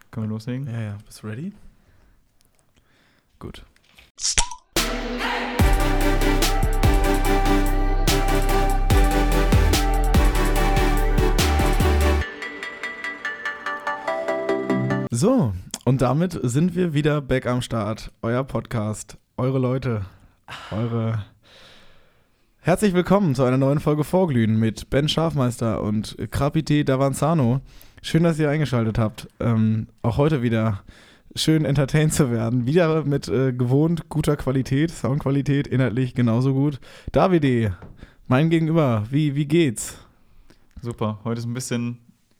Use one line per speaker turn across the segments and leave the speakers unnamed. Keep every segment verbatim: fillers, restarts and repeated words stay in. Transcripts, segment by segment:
Können wir loslegen?
Ja, ja. Bist du ready? Gut. So, und damit sind wir wieder back am Start. Euer Podcast, eure Leute, eure... Herzlich willkommen zu einer neuen Folge Vorglühen mit Ben Schafmeister und Krapite Davanzano. Schön, dass ihr eingeschaltet habt. Ähm, auch heute wieder schön entertained zu werden. Wieder mit äh, gewohnt guter Qualität, Soundqualität, inhaltlich genauso gut. Davide, mein Gegenüber, wie, wie geht's?
Super, heute ist ein bisschen,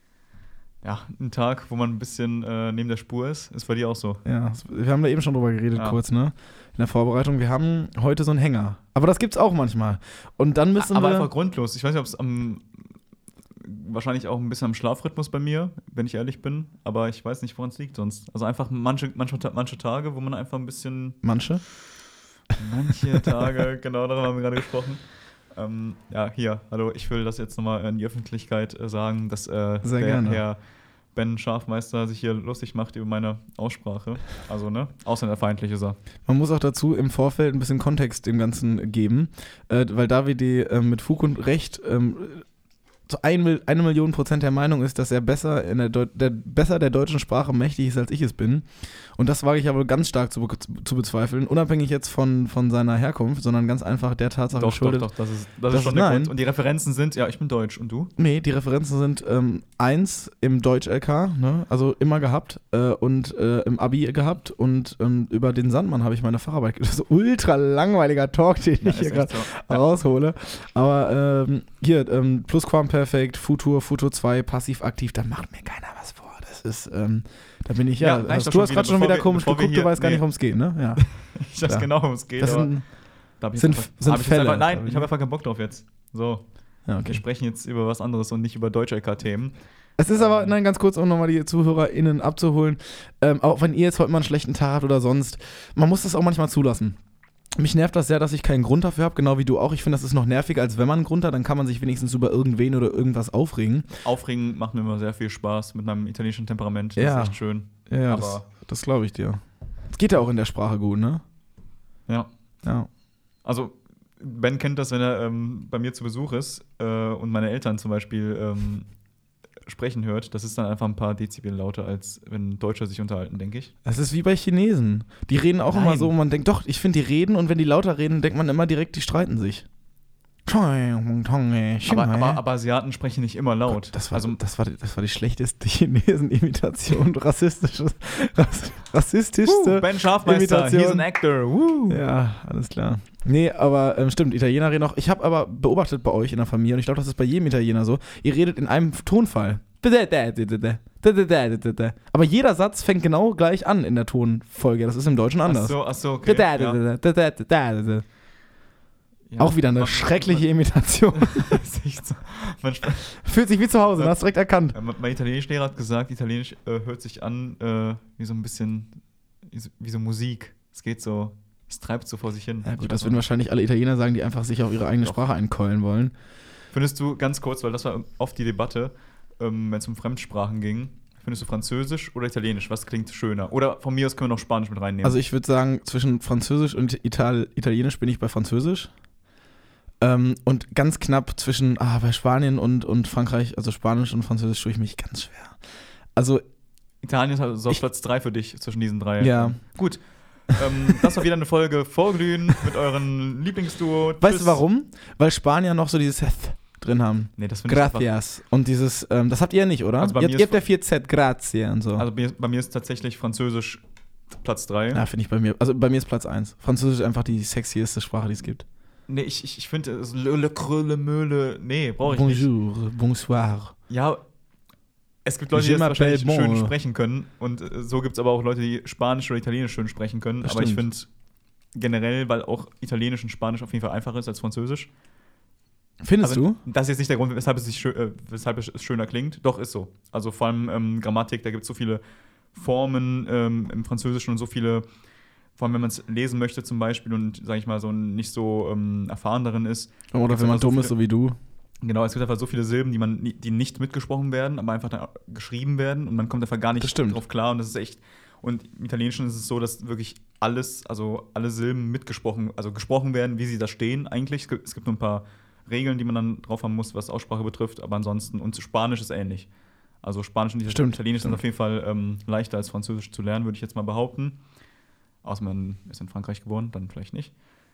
ja, ein Tag, wo man ein bisschen äh, neben der Spur ist. Ist bei dir auch so?
Ja, wir haben da eben schon drüber geredet,
ja.
kurz, ne? In der Vorbereitung. Wir haben heute so einen Hänger. Aber das gibt's auch manchmal. Und dann müssen
Aber
wir...
einfach grundlos. Ich weiß nicht, ob es am... wahrscheinlich auch ein bisschen am Schlafrhythmus bei mir, wenn ich ehrlich bin. Aber ich weiß nicht, woran es liegt sonst. Also einfach manche, manche, manche Tage, wo man einfach ein bisschen...
Manche?
Manche Tage, genau, darüber haben wir gerade gesprochen. Ähm, ja, hier, hallo, ich will das jetzt nochmal in die Öffentlichkeit äh, sagen, dass äh,
Sehr
der
gerne.
Herr Ben Schafmeister sich hier lustig macht über meine Aussprache. Also, ne, ausländerfeindlich ist er.
Man muss auch dazu im Vorfeld ein bisschen Kontext dem Ganzen geben, äh, weil Davide äh, mit Fug und Recht ähm, zu ein, eine Million Prozent der Meinung ist, dass er besser, in der, Deu- der, besser der deutschen Sprache mächtig ist, als ich es bin. Und das wage ich aber ganz stark zu, be- zu bezweifeln, unabhängig jetzt von, von seiner Herkunft, sondern ganz einfach der Tatsache
Doch,
geschuldet.
doch, doch, das ist, das
das
ist schon
ist
der
nein.
Grund. Und die Referenzen sind, ja, ich bin deutsch. Und du?
Nee, die Referenzen sind ähm, eins im Deutsch-L K, ne? Also immer gehabt äh, und äh, im Abi gehabt und ähm, über den Sandmann habe ich meine Facharbeit. Das ist ein ultra langweiliger Talk, den
Ja,
ich hier
ist
gerade
echt so.
raushole. Aber ähm, hier, ähm, Plusquamperfekt, Futur, Futur zwei, passiv-aktiv, da macht mir keiner was vor. Das ist, ähm, da bin ich ja.
Ja, reicht
also,
doch
du
schon
hast gerade
wieder,
schon wieder
bevor
komisch
wir- bevor wir
geguckt, du
hier-
weißt gar
nee.
nicht, worum es geht, ne? Ja.
Ich weiß
Ja.
genau, worum es geht.
Das
aber
sind,
da hab ich
sind,
einfach,
sind
hab ich jetzt
Fälle.
Einfach, nein, ich habe einfach keinen Bock drauf jetzt. So,
ja,
wir
okay.
sprechen jetzt über was anderes und nicht über Deutsch-L K-Themen.
Es ist aber,
Ähm.
nein, ganz kurz, um nochmal die ZuhörerInnen abzuholen, ähm, auch wenn ihr jetzt heute mal einen schlechten Tag habt oder sonst, man muss das auch manchmal zulassen. Mich nervt das sehr, dass ich keinen Grund dafür habe, genau wie du auch. Ich finde, das ist noch nerviger, als wenn man einen Grund hat, dann kann man sich wenigstens über irgendwen oder irgendwas aufregen.
Aufregen macht mir immer sehr viel Spaß mit meinem italienischen Temperament. Das
Ja.
ist echt schön.
Ja, ja,
Aber-
das, das glaube ich dir. Es geht ja auch in der Sprache gut, ne?
Ja.
Ja.
Also, Ben kennt das, wenn er ähm, bei mir zu Besuch ist äh, und meine Eltern zum Beispiel ähm, sprechen hört. Das ist dann einfach ein paar Dezibel lauter, als wenn Deutsche sich unterhalten, denke ich.
Es ist wie bei Chinesen. Die reden auch
Nein.
immer so, man denkt, doch, ich finde, die reden und wenn die lauter reden, denkt man immer direkt, die streiten sich.
Aber, aber, aber Asiaten sprechen nicht immer laut.
Gott, das, war,
also,
das, war, die- das war die schlechteste Chinesen-Imitation. Rassistische, rass, rassistischste
uh, Ben Schafmeister,
Imitation.
he's an actor. Woo.
Ja, alles klar. Nee, aber ähm, stimmt, Italiener reden auch. Ich habe aber beobachtet bei euch in der Familie, und ich glaube, das ist bei jedem Italiener so, ihr redet in einem Tonfall. Aber jeder Satz fängt genau gleich an in der Tonfolge. Das ist im Deutschen anders.
Ach so, ach so, okay. Ja. Ja,
Auch wieder eine
man-
schreckliche Imitation.
Man, ist echt so. Man sp-
Fühlt sich wie zu Hause,
Ja.
hast direkt erkannt.
Ja, mein Italienischlehrer hat gesagt, Italienisch äh, hört sich an äh, wie so ein bisschen, wie so, wie so Musik. Es geht so, es treibt so vor sich hin.
Ja
Ich
gut, das
weiß
würden
auch
wahrscheinlich alle Italiener sagen, die einfach sich auf ihre eigene
Doch.
Sprache einkeulen wollen.
nicht. Findest du, ganz kurz, weil das war oft die Debatte, ähm, wenn es um Fremdsprachen ging, findest du Französisch oder Italienisch? Was klingt schöner? Oder von mir aus können wir noch Spanisch mit reinnehmen.
Also ich würde sagen, zwischen Französisch und Ital- Italienisch bin ich bei Französisch. Ähm, und ganz knapp zwischen, ah, bei Spanien und, und Frankreich, also Spanisch und Französisch tue ich mich ganz schwer. Also,
Italien ist also auf
Ich-
Platz drei für dich zwischen diesen drei.
ja.
Gut. ähm, das war wieder eine Folge Vorglühen mit euren Lieblingsduo.
Weißt
Tschüss.
du warum? Weil Spanier noch so dieses Th drin haben.
Nee, das finde ich einfach.
Gracias. Und dieses, ähm, das habt ihr ja nicht, oder?
Also bei
ihr
mir
habt, ihr
ist
habt ja vier Z, Grazie und so.
Also bei, bei mir ist tatsächlich Französisch Platz drei.
ja, finde ich bei mir. Also bei mir ist Platz eins. Französisch ist einfach die sexieste Sprache, die es gibt.
Nee, ich, ich, ich finde, es le, le, creux, le, Möhle, nee, brauche ich nicht.
Bonjour, bonsoir.
Ja, es gibt Leute, die
Je
das wahrscheinlich
m'appelle
schön
bon.
sprechen können. Und äh, so gibt es aber auch Leute, die Spanisch oder Italienisch schön sprechen können.
Das
aber ich
stimmt.
finde generell, weil auch Italienisch und Spanisch auf jeden Fall einfacher ist als Französisch.
Findest
Also,
du?
Das ist jetzt nicht der Grund, weshalb es, sich schö äh, weshalb es schöner klingt. Doch, ist so. Also vor allem ähm, Grammatik, da gibt es so viele Formen ähm, im Französischen und so viele, vor allem wenn man es lesen möchte zum Beispiel und, sag ich mal, so nicht so ähm, erfahren darin ist.
Oder
Gibt's
wenn man
einfach so
dumm
viele-
ist, so wie du.
Genau, es gibt einfach so viele Silben, die man nie- die nicht mitgesprochen werden, aber einfach da geschrieben werden und man kommt einfach gar
Das
nicht
stimmt.
drauf klar und das ist echt. Und im Italienischen ist es so, dass wirklich alles, also alle Silben mitgesprochen, also gesprochen werden, wie sie da stehen eigentlich. Es gibt, es gibt nur ein paar Regeln, die man dann drauf haben muss, was Aussprache betrifft, aber ansonsten, und Spanisch ist ähnlich. Also Spanisch und
Stimmt,
Italienisch sind
stimmt.
auf jeden Fall ähm, leichter als Französisch zu lernen, würde ich jetzt mal behaupten. Außer man ist in Frankreich geboren, dann vielleicht nicht.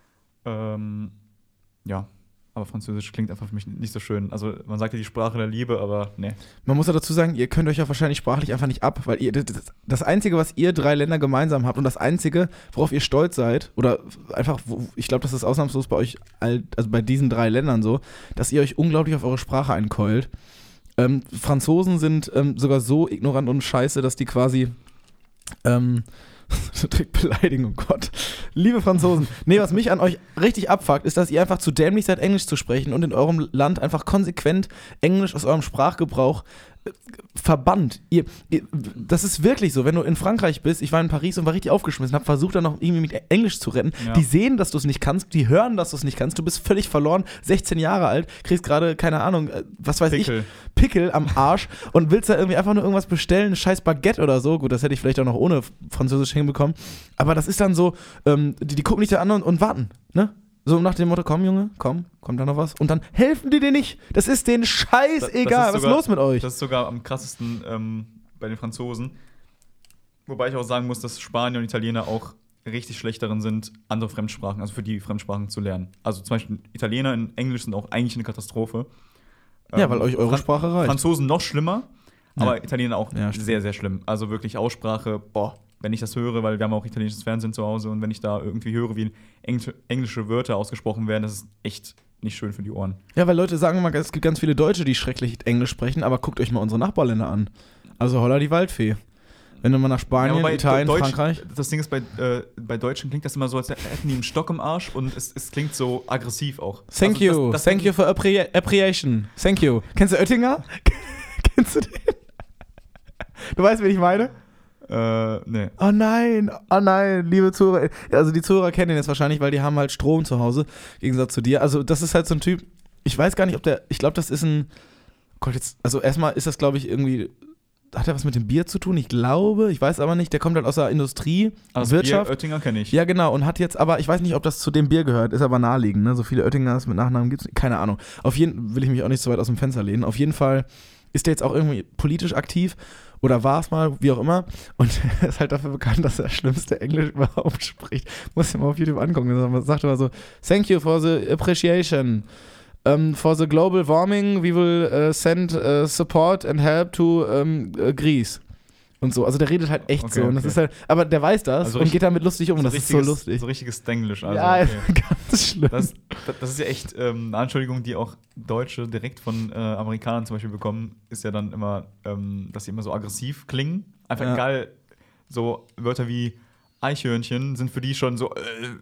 Ähm, ja, aber Französisch klingt einfach für mich nicht so schön. Also man sagt ja die Sprache der Liebe, aber nee.
Man muss ja dazu sagen, ihr könnt euch ja wahrscheinlich sprachlich einfach nicht ab, weil ihr das, das Einzige, was ihr drei Länder gemeinsam habt und das Einzige, worauf ihr stolz seid, oder einfach, wo, ich glaube, das ist ausnahmslos bei euch, all, also bei diesen drei Ländern so, dass ihr euch unglaublich auf eure Sprache einkeult. Ähm, Franzosen sind ähm, sogar so ignorant und scheiße, dass die quasi ähm, direkt beleidigen, oh Gott. Liebe Franzosen, nee, was mich an euch richtig abfuckt, ist, dass ihr einfach zu dämlich seid, Englisch zu sprechen und in eurem Land einfach konsequent Englisch aus eurem Sprachgebrauch äh, verbannt. Ihr, ihr, das ist wirklich so, wenn du in Frankreich bist, ich war in Paris und war richtig aufgeschmissen, hab versucht dann noch irgendwie mit Englisch zu retten.
Ja.
Die sehen, dass du es nicht kannst, die hören, dass du es nicht kannst, du bist völlig verloren, sechzehn Jahre alt, kriegst gerade, keine Ahnung, äh, was weiß
Pickel.
ich, Pickel am Arsch und willst da irgendwie einfach nur irgendwas bestellen, ein scheiß Baguette oder so. Gut, das hätte ich vielleicht auch noch ohne Französisch hinbekommen. Aber das ist dann so, ähm, die, die gucken dich da an und, und warten, ne? So nach dem Motto, komm Junge, komm, kommt da noch was? Und dann helfen die dir nicht. Das ist denen scheißegal. Was ist los mit euch?
Das ist sogar am krassesten ähm, bei den Franzosen. Wobei ich auch sagen muss, dass Spanier und Italiener auch richtig schlecht darin sind, andere Fremdsprachen, also für die Fremdsprachen zu lernen. Also zum Beispiel Italiener in Englisch sind auch eigentlich eine Katastrophe.
Ja,
Ähm,
weil euch eure
Fran-
Sprache reicht.
Franzosen noch schlimmer, aber
Ja.
Italiener auch
Ja, stimmt.
sehr, sehr schlimm. Also wirklich Aussprache, boah, wenn ich das höre, weil wir haben auch italienisches Fernsehen zu Hause und wenn ich da irgendwie höre, wie Engl- englische Wörter ausgesprochen werden, das ist echt nicht schön für die Ohren.
Ja, weil Leute sagen immer, es gibt ganz viele Deutsche, die schrecklich Englisch sprechen, aber guckt euch mal unsere Nachbarländer an. Also holla die Waldfee. Wenn du mal nach Spanien,
Ja, wobei
Italien,
Deutsch,
Frankreich.
Das Ding ist, bei, äh, bei Deutschen klingt das immer so, als hätten die einen Stock im Arsch und es, es klingt so aggressiv auch.
Thank
Also
you,
das, das
thank you for appre- appreciation. Thank you. Kennst du Oettinger? Kennst du den? Du weißt, wen ich meine?
Äh, nee.
Oh nein, oh nein, liebe Zuhörer. Also die Zuhörer kennen den jetzt wahrscheinlich, weil die haben halt Strom zu Hause, im Gegensatz zu dir. Also das ist halt so ein Typ, ich weiß gar nicht, ob der, ich glaube, das ist ein, Gott, jetzt, also erstmal ist das, glaube ich, irgendwie, hat er was mit dem Bier zu tun? Ich glaube, ich weiß aber nicht, der kommt halt aus der Industrie,
Also
Wirtschaft.
Bier, Oettinger kenne ich.
Ja, genau, und hat jetzt aber, ich weiß nicht, ob das zu dem Bier gehört, ist aber naheliegend, ne? So viele Oettingers mit Nachnamen gibt es, keine Ahnung. Auf jeden will ich mich auch nicht so weit aus dem Fenster lehnen. Auf jeden Fall ist der jetzt auch irgendwie politisch aktiv oder war es mal, wie auch immer. Und er ist halt dafür bekannt, dass er das schlimmste Englisch überhaupt spricht. Muss ich mal auf YouTube angucken. Er sagt immer so, thank you for the appreciation. Um, for the global warming, we will uh, send uh, support and help to um, uh, Greece. Und so. Also der redet halt echt
Okay,
so. Und das
okay.
ist halt, aber der weiß das
Also
und
richtig-
geht damit lustig um.
so
das ist so
richtiges-
lustig.
So richtiges Denglisch. Also,
ja,
okay.
ganz schlimm.
das, das, das ist ja echt ähm, eine Anschuldigung, die auch Deutsche direkt von äh, Amerikanern zum Beispiel bekommen, ist ja dann immer, ähm, dass sie immer so aggressiv klingen. Einfach
Ja.
egal, so Wörter wie Eichhörnchen sind für die schon so, äh,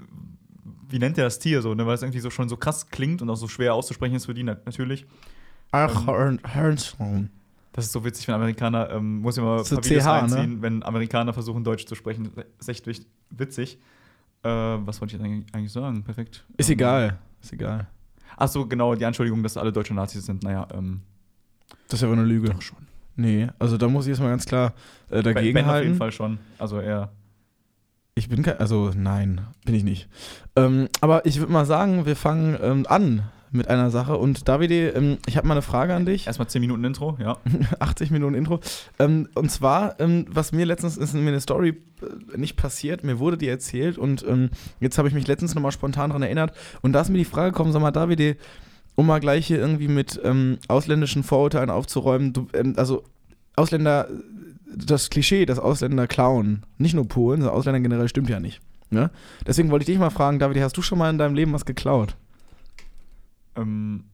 wie nennt der das Tier so, ne? Weil es irgendwie so schon so krass klingt und auch so schwer auszusprechen ist für die nat- natürlich.
Ach, Hörnchen.
Das ist so witzig, wenn Amerikaner, ähm, muss ich mal ein
So
paar Videos
C H,
reinziehen, wenn Amerikaner versuchen, Deutsch zu sprechen. Das ist echt wich- witzig. Äh, was wollte ich jetzt eigentlich- eigentlich sagen? Perfekt.
Ist
Ähm,
egal. Ist egal.
Ach so, genau, die Anschuldigung, dass alle deutsche Nazis sind. Naja, ähm,
Das ist ja wohl eine Lüge.
doch schon.
Nee, also da muss ich jetzt mal ganz klar äh,
Ben,
dagegen
ben auf jeden
halten.
Fall schon. Also eher.
Ich bin kein, also nein, bin ich nicht. Ähm, aber ich würde mal sagen, wir fangen ähm, an mit einer Sache. Und Davide, ähm, ich habe mal eine Frage an dich.
Erstmal zehn Minuten Intro, ja.
achtzig Minuten Intro. Ähm, und zwar, ähm, was mir letztens ist mir eine Story äh, nicht passiert, mir wurde die erzählt und ähm, jetzt habe ich mich letztens nochmal spontan daran erinnert. Und da ist mir die Frage gekommen, sag mal, Davide, um mal gleich hier irgendwie mit ähm, ausländischen Vorurteilen aufzuräumen, du, ähm, also Ausländer, das Klischee, dass Ausländer klauen, nicht nur Polen, sondern Ausländer generell stimmt ja nicht. Ne? Deswegen wollte ich dich mal fragen, Davide, hast du schon mal in deinem Leben was geklaut?
Ähm,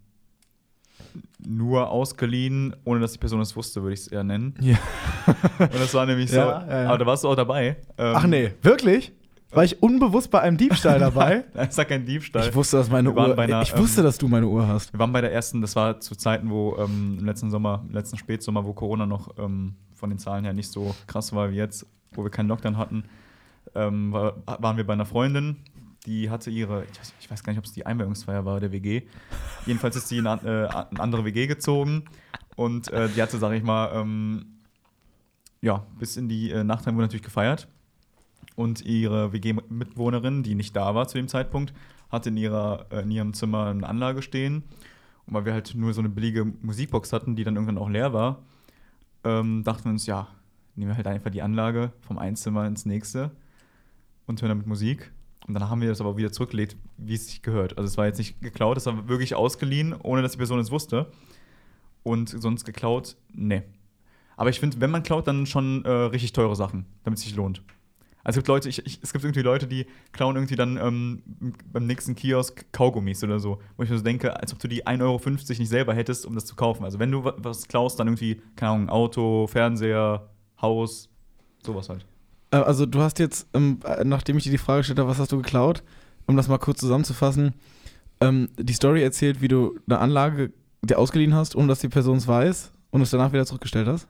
nur ausgeliehen, ohne dass die Person es wusste, würde ich es eher nennen.
Ja.
Und das war nämlich so.
Ja, ja, ja.
Aber da warst du auch dabei. Ähm,
Ach nee, wirklich? War ich unbewusst bei einem Diebstahl dabei?
Das ist ja kein Diebstahl.
Ich wusste, dass meine
Wir waren
Uhr.
bei einer,
ich wusste,
ähm,
dass du meine Uhr hast.
Wir waren bei der ersten, das war zu Zeiten, wo ähm, im letzten Sommer, im letzten Spätsommer, wo Corona noch ähm, von den Zahlen her nicht so krass war wie jetzt, wo wir keinen Lockdown hatten, ähm, war, waren wir bei einer Freundin die hatte ihre, ich weiß, ich weiß gar nicht, ob es die Einweihungsfeier war der W G. Jedenfalls ist sie in eine, äh, eine andere W G gezogen und äh, die hatte, sag ich mal, ähm, ja, bis in die äh, Nacht haben wir natürlich gefeiert. Und ihre W G-Mitbewohnerin, die nicht da war zu dem Zeitpunkt, hatte in, ihrer, äh, in ihrem Zimmer eine Anlage stehen. Und weil wir halt nur so eine billige Musikbox hatten, die dann irgendwann auch leer war, ähm, dachten wir uns, ja, nehmen wir halt einfach die Anlage vom einen Zimmer ins nächste und hören damit Musik. Und dann haben wir das aber wieder zurückgelegt, wie es sich gehört. Also es war jetzt nicht geklaut, es war wirklich ausgeliehen, ohne dass die Person es wusste. Und sonst geklaut, nee. Aber ich finde, wenn man klaut, dann schon äh, richtig teure Sachen, damit es sich lohnt. Also es gibt Leute, ich, ich, es gibt irgendwie Leute, die klauen irgendwie dann ähm, beim nächsten Kiosk Kaugummis oder so. Wo ich mir so denke, als ob du die ein Euro fünfzig nicht selber hättest, um das zu kaufen. Also wenn du was klaust, dann irgendwie, keine Ahnung, Auto, Fernseher, Haus, sowas halt.
Also du hast jetzt, ähm, nachdem ich dir die Frage gestellt habe, was hast du geklaut, um das mal kurz zusammenzufassen, ähm, die Story erzählt, wie du eine Anlage dir ausgeliehen hast, ohne dass die Person es weiß und es danach wieder zurückgestellt hast?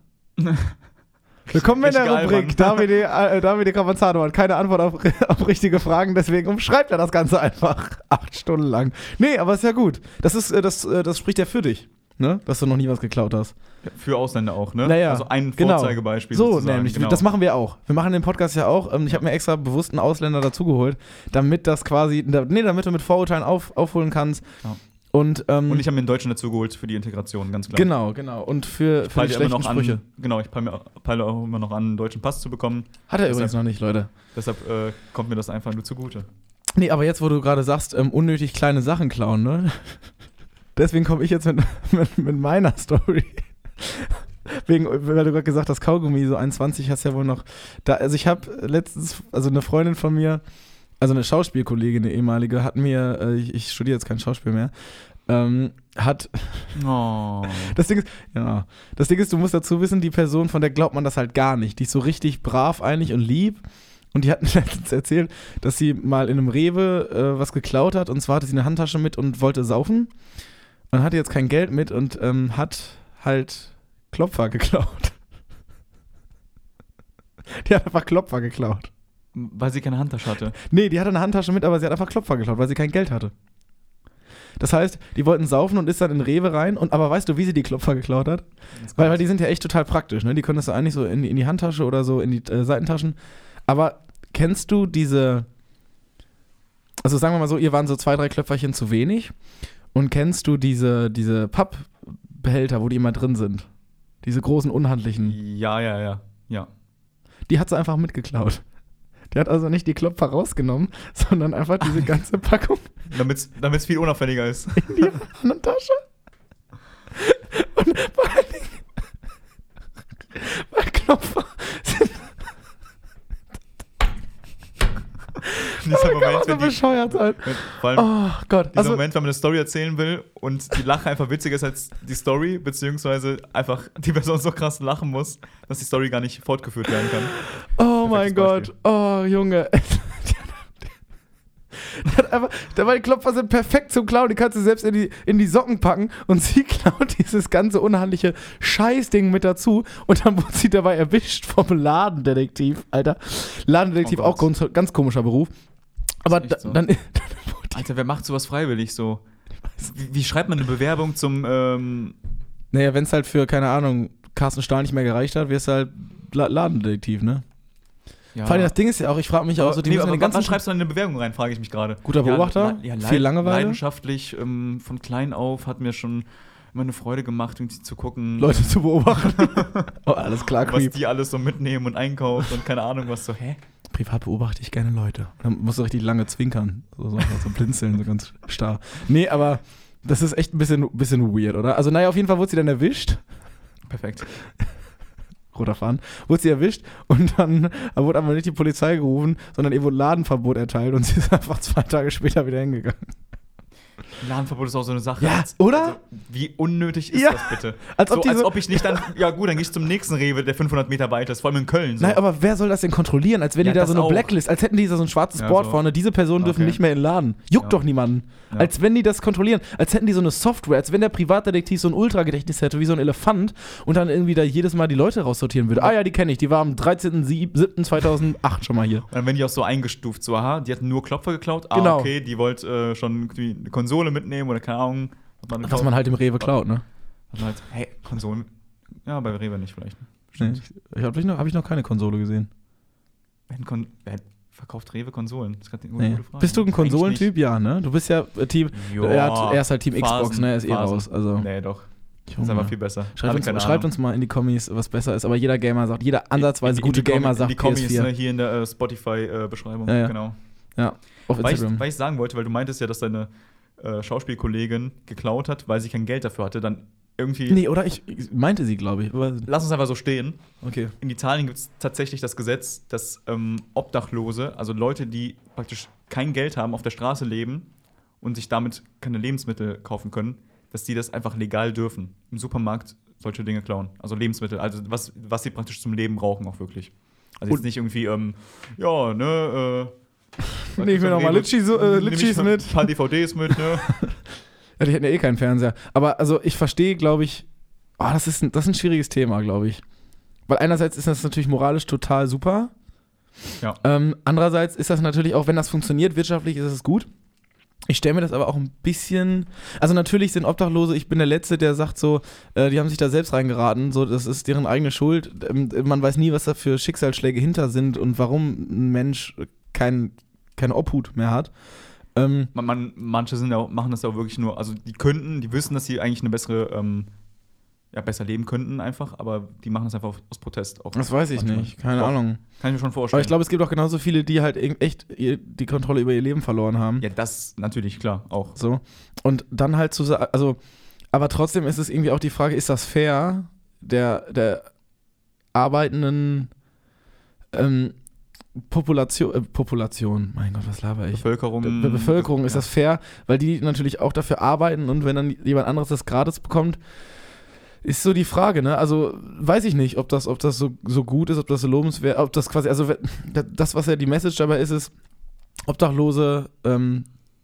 Willkommen in der
Geil,
Rubrik. David, äh, David Cavazzano hat keine Antwort auf, auf richtige Fragen, deswegen umschreibt er das Ganze einfach acht Stunden lang. Nee, aber ist ja gut. Das, ist, äh, das, äh, das spricht ja für dich, ne? Dass du noch nie was geklaut hast.
Für Ausländer auch, ne?
Naja,
also ein
genau.
Vorzeigebeispiel
So,
sozusagen.
nämlich.
Genau.
Das machen wir auch. Wir machen den Podcast ja auch. Ähm, ich habe mir extra bewusst einen Ausländer dazugeholt, damit das quasi, da, nee, damit du mit Vorurteilen auf, aufholen kannst.
Ja.
Und, ähm,
Und ich habe mir einen Deutschen dazu geholt für die Integration, ganz klar.
Genau, genau. Und für,
Ich
für die
peile immer
schlechten
noch
Sprüche.
an, genau, ich peile, peile auch immer noch an, einen deutschen Pass zu bekommen.
Hat er
Deshalb-
übrigens noch nicht, Leute.
Deshalb äh, kommt mir das einfach nur zugute.
Nee, aber jetzt, wo du gerade sagst, ähm, unnötig kleine Sachen klauen, ne? Deswegen komme ich jetzt mit, mit, mit meiner Story. Wegen, weil du gerade gesagt hast, Kaugummi, so einundzwanzig hast ja wohl noch. Da, also ich habe letztens, also eine Freundin von mir, also eine Schauspielkollegin, eine ehemalige, hat mir, äh, ich, ich studiere jetzt kein Schauspiel mehr, ähm, hat.
Oh.
Das Ding ist, ja, das Ding ist, du musst dazu wissen, die Person, von der glaubt man das halt gar nicht. Die ist so richtig brav eigentlich und lieb. Und die hat mir letztens erzählt, dass sie mal in einem Rewe äh, was geklaut hat. Und zwar hatte sie eine Handtasche mit und wollte saufen. Und hatte jetzt kein Geld mit und ähm, hat halt Klopfer geklaut. Die hat einfach Klopfer geklaut.
Weil sie keine Handtasche hatte.
Nee, die hatte eine Handtasche mit, aber sie hat einfach Klopfer geklaut, weil sie kein Geld hatte. Das heißt, die wollten saufen und ist dann in Rewe rein. Und, aber weißt du, wie sie die Klopfer geklaut hat? Weil, weil die sind ja echt total praktisch. Ne? Die können das so eigentlich so in, in die Handtasche oder so in die äh, Seitentaschen. Aber kennst du diese, also sagen wir mal so, ihr waren so zwei, drei Klöpferchen zu wenig. Und kennst du diese, diese Pappbehälter, wo die immer drin sind? Diese großen, unhandlichen.
Ja, ja, ja. ja.
Die hat sie einfach mitgeklaut. Die hat also nicht die Klopfer rausgenommen, sondern einfach diese ganze Packung
Damit es viel unauffälliger ist.
in die Handtasche. Und vor allen Dingen, weil Klopfer sind
Dieser
oh,
Moment,
kann man so
wenn die,
bescheuert sein.
wenn, vor allem
Oh Gott.
dieser
Also,
Moment, wenn man eine Story erzählen will und die Lache einfach witziger ist als die Story, beziehungsweise einfach die Person so krass lachen muss, dass die Story gar nicht fortgeführt werden kann.
oh mein
Perfektes
Gott. Oh, Junge. Die hat einfach, weil die Klopfer sind perfekt zum Klauen, die kannst du selbst in die, in die Socken packen und sie klaut dieses ganze unhandliche Scheißding mit dazu und dann wurde sie dabei erwischt vom Ladendetektiv, Alter. Ladendetektiv,
Oh
auch ganz, ganz komischer Beruf. Aber
echt
da,
so.
dann, dann
Alter, wer macht sowas freiwillig so? Wie, wie schreibt man eine Bewerbung zum, ähm
naja, wenn es halt für, keine Ahnung, Carsten Stahl nicht mehr gereicht hat, wirst du halt La- Ladendetektiv, ne?
ja.
Vor allem das Ding ist ja auch, ich frage mich auch so, die
nee,
müssen
aber
den
wann
ganzen
schreibst du dann eine Bewerbung rein, frage ich mich gerade.
Guter Beobachter,
ja, la- ja,
viel Langeweile.
Leidenschaftlich, ähm, von klein auf, hat mir schon immer eine Freude gemacht, irgendwie zu gucken,
Leute zu beobachten. Oh, alles klar,
was
Creep.
die alles so mitnehmen und einkaufen und keine Ahnung, was so, hä?
Privat beobachte ich gerne Leute. Dann musst du richtig lange zwinkern. So, so, so blinzeln, so ganz starr. Nee, aber das ist echt ein bisschen, bisschen weird, oder? Also, naja, auf jeden Fall wurde sie dann erwischt.
Perfekt.
Roter Faden. Wurde sie erwischt und dann wurde aber nicht die Polizei gerufen, sondern ihr wurde Ladenverbot erteilt und sie ist einfach zwei Tage später wieder hingegangen.
Ladenverbot ist auch so eine Sache.
Ja,
als,
oder?
Also, wie unnötig ist
Ja,
das bitte?
als ob
so,
diese-
als ob ich nicht dann, ja gut, dann gehe ich zum nächsten Rewe, der fünfhundert Meter weiter ist, vor allem in Köln. So.
Nein, aber wer soll das denn kontrollieren? Als wenn
Ja,
die da
das
so eine
auch.
Blacklist, als hätten die da so ein schwarzes
Ja,
Board
so.
vorne, diese Personen dürfen
Okay.
nicht mehr in den Laden. Juckt
Ja.
doch niemanden.
Ja.
Als wenn die das kontrollieren, als hätten die so eine Software, als wenn der Privatdetektiv so ein Ultragedächtnis hätte, wie so ein Elefant und dann irgendwie da jedes Mal die Leute raussortieren würde. Ah ja, die kenne ich, die war am dreizehnten siebten zweitausendacht schon mal hier.
Und dann werden die auch so eingestuft, so, aha, die hatten nur Klopfer geklaut, ah,
Genau.
okay, die wollte äh, schon irgendwie eine Konsole mitnehmen oder keine Ahnung. Hat man
Was man halt im Rewe klaut, ne?
Hat man halt, hey, Konsolen, ja, bei Rewe nicht vielleicht.
Nee.
Bestimmt.
Ich habe noch, hab ich noch keine Konsole gesehen.
Wer, Kon wer verkauft Rewe Konsolen? Das ist gerade eine
Nee.
gute Frage.
Bist du ein
Eigentlich
Konsolentyp? Ja, ne? Du bist ja äh, Team.
nicht. Ja,
er, hat, er ist halt Team
Phasen,
Xbox, ne? Er ist eh
Phasen.
raus. Also.
Nee, doch. Das ist
Junge.
einfach viel besser.
Schreibt,
Hatte
uns,
keine
schreibt
Ahnung.
uns mal in die Kommis, was besser ist. Aber jeder Gamer sagt, jeder ansatzweise
In- in
gute
die Kommi-
Gamer
in
sagt
die Kommis,
P S vier.
ne, hier in der äh, Spotify-Beschreibung,
Ja, ja.
genau.
Ja, auf
Weil ich,
Instagram.
weil ich sagen wollte, weil du meintest ja, dass deine äh, Schauspielkollegin geklaut hat, weil sie kein Geld dafür hatte, dann irgendwie.
Nee, oder? Ich, ich meinte sie, glaube ich. Aber,
Lass uns einfach so stehen.
okay.
In Italien gibt es tatsächlich das Gesetz, dass ähm, Obdachlose, also Leute, die praktisch kein Geld haben, auf der Straße leben und sich damit keine Lebensmittel kaufen können, dass die das einfach legal dürfen. Im Supermarkt solche Dinge klauen. Also Lebensmittel, also was, was sie praktisch zum Leben brauchen auch wirklich. Also jetzt
Und-
nicht irgendwie, ähm, ja, ne, äh,
Nehm ich mir noch mal Litschis, so, äh,
nehm ich
Litschis
mal
mit.
Ein paar D V Ds mit, ne?
Ja, die hätten ja eh keinen Fernseher. Aber also ich verstehe, glaube ich, oh, das, ist ein, das ist ein schwieriges Thema, glaube ich. Weil einerseits ist das natürlich moralisch total super.
Ja.
Ähm, andererseits ist das natürlich auch, wenn das funktioniert, wirtschaftlich ist es gut. Ich stelle mir das aber auch ein bisschen. Also, natürlich sind Obdachlose, ich bin der Letzte, der sagt so, äh, die haben sich da selbst reingeraten, so, das ist deren eigene Schuld. Ähm, man weiß nie, was da für Schicksalsschläge hinter sind und warum ein Mensch kein, keine Obhut mehr hat. Ähm,
Man, man, manche sind ja auch, machen das ja auch wirklich nur, also die könnten, die wissen, dass sie eigentlich eine bessere, ähm, ja, besser leben könnten einfach, aber die machen das einfach aus Protest. Auch
das weiß ich
manchmal.
nicht, keine
Doch,
Ahnung.
Kann ich mir schon vorstellen.
Aber ich glaube, es gibt auch genauso viele, die halt e- echt ihr- die Kontrolle über ihr Leben verloren haben.
Ja, das natürlich, klar, auch.
So. Und dann halt zu sagen, also, aber trotzdem ist es irgendwie auch die Frage, ist das fair, der, der arbeitenden ähm, Population, äh, Population, mein Gott, was laber ich?
Bevölkerung.
Be Be Bevölkerung, ist
ja.
das fair, weil die natürlich auch dafür arbeiten und wenn dann jemand anderes das gratis bekommt, ist so die Frage, ne? Also weiß ich nicht, ob das, ob das so, so gut ist, ob das so lobenswert, ob das quasi, also das, was ja die Message dabei ist, ist, Obdachlose ähm,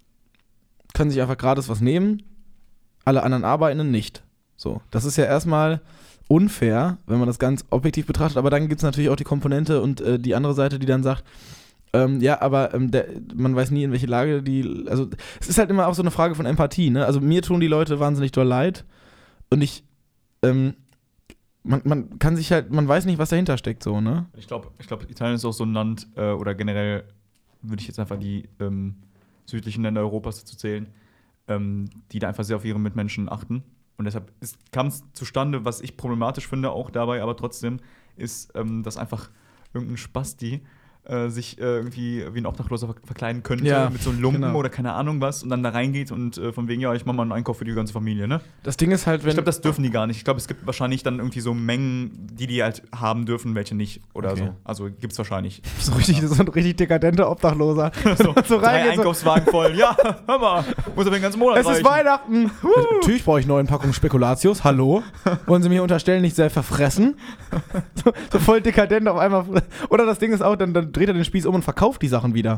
können sich einfach gratis was nehmen, alle anderen Arbeitenden nicht. So, das ist ja erstmal unfair, wenn man das ganz objektiv betrachtet, aber dann gibt es natürlich auch die Komponente und äh, die andere Seite, die dann sagt, ähm, ja, aber ähm, der, man weiß nie, in welche Lage die, also es ist halt immer auch so eine Frage von Empathie, ne? Also mir tun die Leute wahnsinnig doll leid und ich ähm, man, man kann sich halt, man weiß nicht, was dahinter steckt, so, ne?
Ich glaube, ich glaub, Italien ist auch so ein Land, äh, oder generell würde ich jetzt einfach die ähm, südlichen Länder Europas dazu zählen, ähm, die da einfach sehr auf ihre Mitmenschen achten. Und deshalb kam es zustande, was ich problematisch finde, auch dabei, aber trotzdem, ist, ähm, dass einfach irgendein Spasti äh, sich äh, irgendwie wie ein Obdachloser ver verkleiden könnte,
Ja,
mit so einem Lumpen
genau.
oder keine Ahnung was und dann da reingeht und äh, von wegen, ja, ich mache mal einen Einkauf für die ganze Familie, ne?
Das Ding ist halt, wenn
Ich glaube, das dürfen die gar nicht. Ich glaube, es gibt wahrscheinlich dann irgendwie so Mengen, die die halt haben dürfen, welche nicht oder
Okay.
so. Also gibt es wahrscheinlich.
so richtig, so ein richtig dekadenter Obdachloser.
So,
so
drei
reingeht, so,
Einkaufswagen voll. Ja, hör mal, muss aber den ganzen Monat
es ist
reichen.
Weihnachten. Natürlich brauche ich neun Packungen Spekulatius. Hallo? Wollen Sie mir unterstellen, nicht sehr verfressen? so, so voll dekadent auf einmal. Oder das Ding ist auch, dann, dann dreht er den Spieß um und verkauft die Sachen wieder.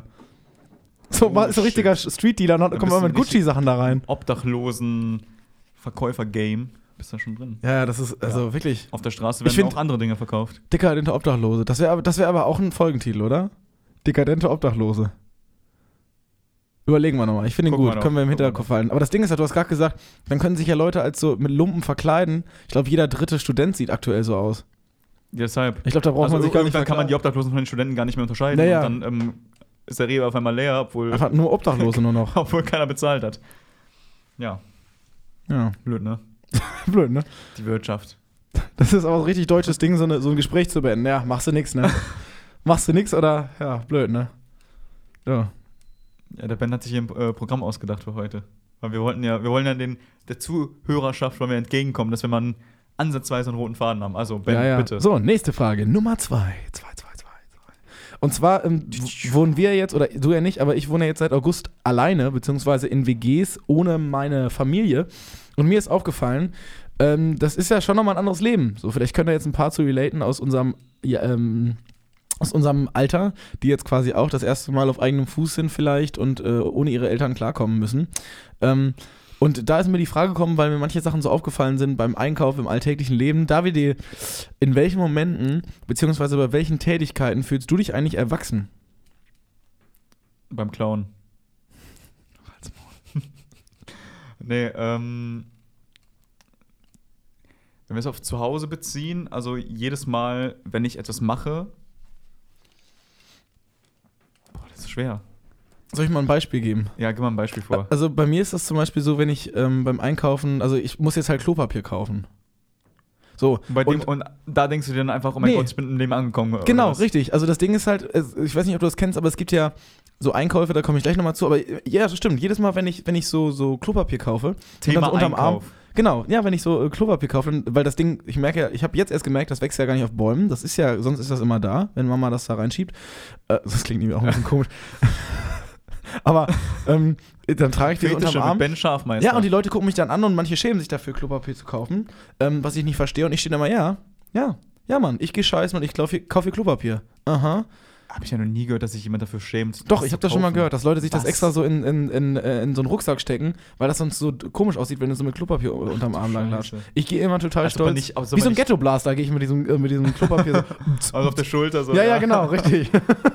So,
Oh,
mal- so richtiger Street-Dealer, noch,
Dann
kommen
bist
wir
du
mit
richtig-
Gucci-Sachen da rein.
Obdachlosen Verkäufer-Game. Bist da schon drin.
Ja, das ist also wirklich
Auf der Straße
Ich
werden
find-
auch andere Dinge verkauft.
dekadente Obdachlose. Das wäre das wär aber auch ein Folgentitel, oder? Dekadente Obdachlose. Überlegen wir nochmal. Ich finde ihn
Gucken wir
gut.
noch.
Können wir im
Gucken wir
Hinterkopf halten. Aber das Ding ist ja, du hast gerade gesagt, dann können sich ja Leute als so mit Lumpen verkleiden. Ich glaube, jeder dritte Student sieht aktuell so aus.
Deshalb.
Ich glaube, da braucht
Also
man sich gar nicht
irgendwann kann man die
verkleiden.
Obdachlosen von den Studenten gar nicht mehr unterscheiden.
Naja.
Und dann ähm, ist der Rewe auf einmal leer, obwohl,
Einfach nur Obdachlose nur noch.
obwohl keiner bezahlt hat. Ja,
Ja,
blöd, ne?
blöd, ne?
Die Wirtschaft.
Das ist aber ein richtig deutsches Ding, so, eine, so ein Gespräch zu beenden. Ja, machst du nix, ne? machst du nix oder, ja, blöd, ne? Ja.
Ja, der Ben hat sich hier ein äh, Programm ausgedacht für heute. Weil wir wollten ja, wir wollen ja den, der Zuhörerschaft wollen wir entgegenkommen, dass wir mal einen ansatzweise einen roten Faden haben. Also, Ben,
ja, ja.
bitte.
So, nächste Frage. Nummer zwei. Zwei, zwei, zwei, zwei. Und zwar ähm, w- wohnen wir jetzt, oder du ja nicht, aber ich wohne jetzt seit August alleine, beziehungsweise in W Gs ohne meine Familie. Und mir ist aufgefallen, ähm, das ist ja schon nochmal ein anderes Leben. So, vielleicht können da jetzt ein paar zu relaten aus unserem, ja, ähm, aus unserem Alter, die jetzt quasi auch das erste Mal auf eigenem Fuß sind vielleicht und äh, ohne ihre Eltern klarkommen müssen. Ähm, Und da ist mir die Frage gekommen, weil mir manche Sachen so aufgefallen sind beim Einkauf, im alltäglichen Leben. David, in welchen Momenten, beziehungsweise bei welchen Tätigkeiten fühlst du dich eigentlich erwachsen?
Beim Klauen. nee, ähm. Wenn wir es auf zu Hause beziehen, also jedes Mal, wenn ich etwas mache. Boah, das ist schwer.
Soll ich mal ein Beispiel geben?
Ja, gib mal ein Beispiel vor.
Also bei mir ist das zum Beispiel so, wenn ich ähm, beim Einkaufen, also ich muss jetzt halt Klopapier kaufen. So.
Und, bei dem,
und,
und da denkst du dir dann einfach, oh mein
Nee.
Gott, ich bin im Leben angekommen. oder
genau,
was?
richtig. Also das Ding ist halt, es- ich weiß nicht, ob du das kennst, aber es gibt ja so Einkäufe, da komme ich gleich nochmal zu, aber ja, das stimmt. Jedes Mal, wenn ich, wenn ich so, so Klopapier kaufe, und
Thema
dann so unterm Arm,
Einkauf.
genau, ja, wenn ich so äh, Klopapier kaufe, dann- weil das Ding, ich merke ja, ich habe jetzt erst gemerkt, das wächst ja gar nicht auf Bäumen, das ist ja, sonst ist das immer da, wenn Mama das da reinschiebt. Äh, das klingt irgendwie auch ein bisschen komisch. Aber ähm, dann trage ich die so
Fetische
unterm
mit
Arm.
Ben Schafmeister.
Ja, und die Leute gucken mich dann an und manche schämen sich dafür, Klopapier zu kaufen, ähm, was ich nicht verstehe. Und ich stehe immer, ja, ja, ja, Mann, ich gehe scheißen und ich kaufe hier Klopapier. Aha.
Habe ich ja noch nie gehört, dass sich jemand dafür schämt.
Doch,
das
ich habe
zu
das schon mal
kaufen.
gehört, dass Leute sich das
Was?
extra so in, in, in, äh, in so einen Rucksack stecken, weil das sonst so d- komisch aussieht, wenn du so mit Klopapier u- unterm Arm lang latscht.
Scheiße.
Ich gehe immer total
Als ob man
stolz.
nicht- als ob
Wie so
man
ein
nicht-
Ghetto-Blaster gehe ich mit diesem, äh, mit diesem Klopapier so.
Also auf der Schulter so.
ja, ja, genau, richtig.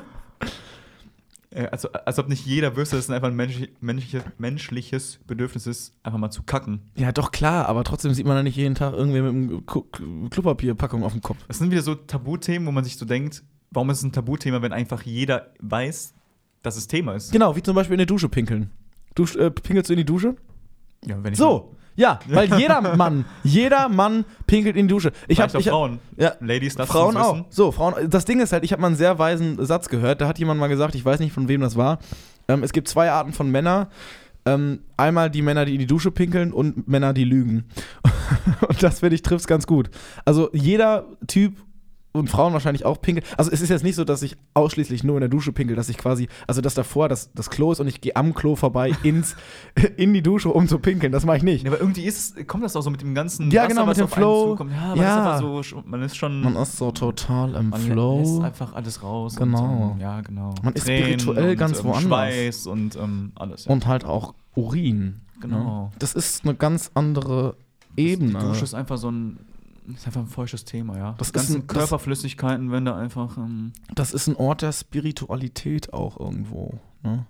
Äh, Also, als ob nicht jeder wüsste, dass es einfach ein menschlich, menschliches, menschliches Bedürfnis ist, einfach mal zu kacken.
Ja, doch, klar, aber trotzdem sieht man da nicht jeden Tag irgendwie mit einem K- K- Klopapierpackung auf dem Kopf.
Das sind wieder so Tabuthemen, wo man sich so denkt, warum ist es ein Tabuthema, wenn einfach jeder weiß, dass es Thema ist?
Genau, wie zum Beispiel in der Dusche pinkeln. Du äh, pinkelst du in die Dusche?
Ja, wenn ich
So, ja, weil jeder Mann, jeder Mann pinkelt in die Dusche. Ich
Vielleicht
habe
auch
ich hab,
Frauen.
ja,
Ladies, lasst
Frauen
uns
auch.
wissen.
So, Frauen. Das Ding ist halt, ich habe mal einen sehr weisen Satz gehört. Da hat jemand mal gesagt, ich weiß nicht, von wem das war. Ähm, es gibt zwei Arten von Männern. Ähm, einmal die Männer, die in die Dusche pinkeln und Männer, die lügen. Und das, finde ich, trifft es ganz gut. Also jeder Typ und Frauen wahrscheinlich auch pinkeln. Also es ist jetzt nicht so, dass ich ausschließlich nur in der Dusche pinkel, dass ich quasi, also dass davor das, das Klo ist und ich gehe am Klo vorbei ins, in die Dusche, um zu pinkeln. Das mache ich nicht.
Ja, aber irgendwie ist, es- kommt das auch so mit dem ganzen
Ja,
Wasser,
genau, mit
was
dem
auf einen
Flow.
zukommt. Ja, man
Ja.
ist einfach so, sch- man ist schon,
Man ist so total im
man
Flow.
lässt einfach alles raus.
Genau.
Und, ähm, ja, genau.
Man ist
Tränen
spirituell
und,
ganz
ähm,
woanders.
Schweiß und ähm, alles. Ja.
Und halt auch Urin.
Genau.
Ne? Das ist eine ganz andere Ebene.
Die Dusche ist einfach so ein, ist einfach ein feuchtes Thema, ja.
Das
Die ganzen
ist ein- das-
Körperflüssigkeiten werden da einfach. Ähm,
Das ist ein Ort der Spiritualität auch irgendwo. Ne?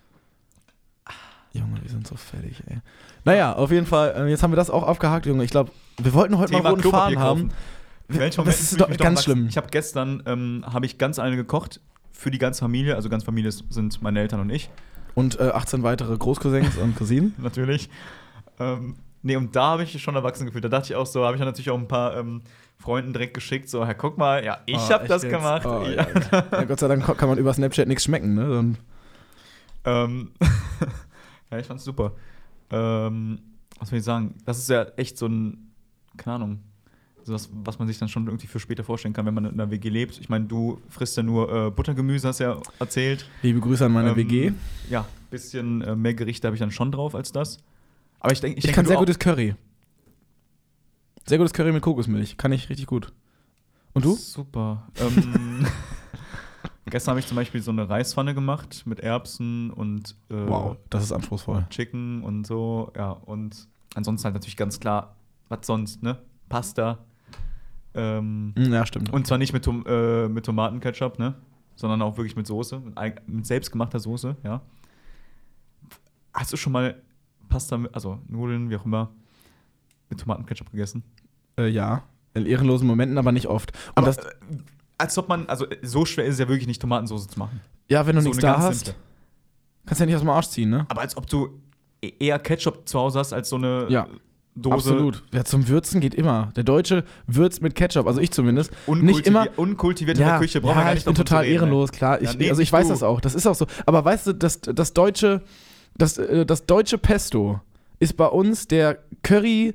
Junge, wir sind so fertig, ey. Naja, auf jeden Fall, äh, jetzt haben wir das auch abgehakt, Junge. Ich glaube, wir wollten heute
Thema
mal roten
Klopapier
Faden haben.
In welchem
Das
Moment
ist
fühle ich
doch
mich
ganz
erwachsen?
schlimm.
Ich habe gestern ähm, habe ich ganz alleine gekocht für die ganze Familie. Also ganz Familie sind meine Eltern und ich.
Und äh, achtzehn weitere Großcousins und Cousinen.
Natürlich. Ähm, nee, und da habe ich mich schon erwachsen gefühlt. Da dachte ich auch so, habe ich dann natürlich auch ein paar ähm, Freunden direkt geschickt, so, Herr, guck mal, ja, ich
Oh,
habe
echt
das
jetzt?
gemacht.
Oh,
ja.
ja. Ja, Gott sei Dank ko- kann man über Snapchat nichts schmecken, ne? Dann,
ähm, ja, ich fand's super. Ähm, was will ich sagen? Das ist ja echt so ein, keine Ahnung, so was, was man sich dann schon irgendwie für später vorstellen kann, wenn man in einer W G lebt. Ich meine, du frisst ja nur äh, Buttergemüse, hast ja erzählt.
liebe Grüße an meine
Ähm,
W G.
Ja, bisschen äh, mehr Gerichte habe ich dann schon drauf als das. Aber ich denke,
Ich,
ich, denke,
kann
du
sehr
auch.
gutes Curry. Sehr gutes Curry mit Kokosmilch. Kann ich richtig gut. Und du?
Super. Ähm, gestern habe ich zum Beispiel so eine Reispfanne gemacht mit Erbsen und äh,
Wow, das ist anspruchsvoll.
Chicken und so. Ja, und ansonsten halt natürlich ganz klar, was sonst, ne? Pasta. Ähm,
Hm, Ja, stimmt.
und zwar nicht mit, Tom äh, mit Tomatenketchup, ne? Sondern auch wirklich mit Soße, mit, eig- mit selbstgemachter Soße, ja. Hast du schon mal Pasta, mit, also Nudeln, wie auch immer, mit Tomatenketchup gegessen?
Äh, ja, in ehrenlosen Momenten, aber nicht oft. Und
Aber
das,
äh, als ob man, also so schwer ist es ja wirklich nicht, Tomatensauce zu machen.
ja, wenn du
so
nichts
eine
da
ganz
hast,
simple.
kannst du ja nicht aus dem Arsch ziehen, ne?
Aber als ob du e- eher Ketchup zu Hause hast als so eine
Ja,
Dose.
Absolut. Ja, zum Würzen geht immer. Der Deutsche würzt mit Ketchup, also ich zumindest.
Unkultivi-
Nicht immer.
Unkultiviert in der Küche, brauchen wir
ja,
gar
ich
nicht
bin
davon
total
zu reden,
ehrenlos, klar. Ich,
Ja, nee,
also ich
nicht
weiß
du.
das auch. Das ist auch so. Aber weißt du, das, das deutsche, das, äh, das deutsche Pesto ist bei uns der Curry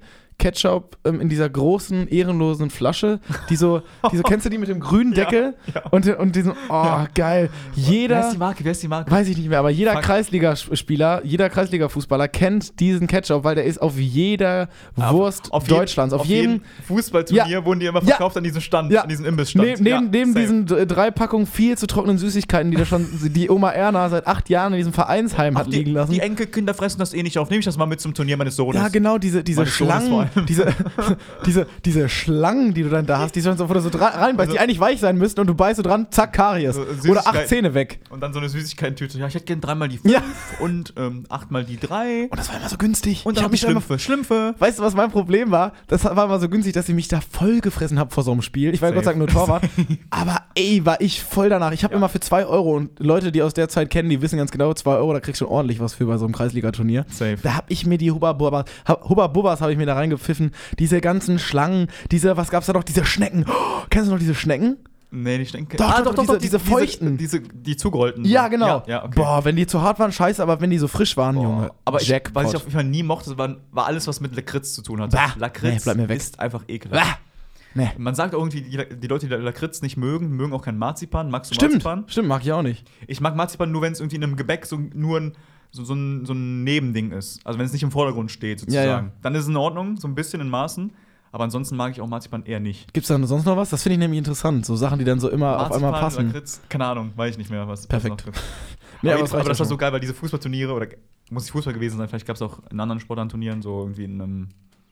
Ketchup ähm, in dieser großen, ehrenlosen Flasche, die so, die so kennst du die mit dem grünen Deckel?
Ja, ja.
Und, und diesen, oh, ja. geil. Jeder,
Wer ist die Marke? Wer ist die Marke?
weiß ich nicht mehr, aber jeder
Fuck.
Kreisligaspieler, jeder Kreisliga-Fußballer kennt diesen Ketchup, weil der ist auf jeder Wurst
auf
Deutschlands,
jedem,
auf jedem,
Fußballturnier
Ja.
wurden die immer
Ja.
verkauft an diesem Stand,
Ja.
an diesem Imbissstand.
neben, neben,
ja,
neben
safe.
diesen d- drei Packungen viel zu trockenen Süßigkeiten, die da schon die Oma Erna seit acht Jahren in diesem Vereinsheim hat
Ach, die,
liegen lassen.
Die Enkelkinder fressen das eh nicht auf. Nehme ich das mal mit zum Turnier meines Sohnes.
Ja, genau, diese, diese
Meines Sohnes vor
Schlangen,
allem.
diese, diese, diese Schlangen, die du dann da hast, die schon so, wo du so dra- reinbeißt, die eigentlich weich sein müssten und du beißt so dran, zack, Karies.
So,
Oder
Süßigkeiten.
acht Zähne weg.
Und dann so eine Süßigkeiten-Tüte. Ja, ich hätte gern dreimal die fünf
Ja.
und ähm, achtmal die drei.
Und das war immer so günstig.
Und
ich
dann
hab
hab
mich
ich
da immer,
Schlümpfe. Schlümpfe.
weißt du, was mein Problem war? Das war immer so günstig, dass ich mich da voll gefressen habe vor so einem Spiel. Ich war ja Gott sei Dank nur Torwart. Aber ey, war ich voll danach. Ich habe
Ja.
immer für zwei Euro, und Leute, die aus der Zeit kennen, die wissen ganz genau, zwei Euro, da kriegst du schon ordentlich was für bei so einem Kreisliga-Turnier.
Safe.
Da habe ich mir die Hubba-Bubbas, Hubba-Bubbas habe ich mir da reingepfiffen. Diese ganzen Schlangen, diese, was gab's da noch? Diese Schnecken. Oh, kennst du noch diese Schnecken?
Nee, ich denke.
Doch, doch, doch, diese- diese feuchten.
Diese, diese, die zugerollten.
Ja, genau.
Ja, ja, okay.
Boah, wenn die zu hart waren, scheiße, aber wenn die so frisch waren,
Boah.
Junge.
Aber ich,
Jackpot.
was ich auf jeden Fall nie mochte, war, war alles, was mit Lakritz zu tun hatte.
Bah.
Lakritz
Nee, bleib mir weg.
ist einfach ekelhaft.
Ah, nee.
Man sagt auch irgendwie, die, die Leute, die Lakritz nicht mögen, mögen auch kein Marzipan. Magst du
Stimmt,
Marzipan?
stimmt, mag ich auch nicht.
Ich mag Marzipan nur, wenn es irgendwie in einem Gebäck so nur ein, so, so, ein, so ein Nebending ist. Also wenn es nicht im Vordergrund steht, sozusagen.
Ja, ja.
Dann ist es in Ordnung, so ein bisschen in Maßen. Aber ansonsten mag ich auch Marzipan eher nicht.
Gibt's da sonst noch was? Das finde ich nämlich interessant. So Sachen, die dann so immer auf einmal passen.
Lakritz, keine Ahnung, weiß ich nicht mehr, was
Perfekt.
was noch gibt.
Nee,
aber,
aber
aber,
es
aber
reicht
das
ja
war
schon.
so geil, weil diese Fußballturniere, oder muss nicht Fußball gewesen sein, vielleicht gab es auch in anderen Sportarten-Turnieren, so irgendwie in einem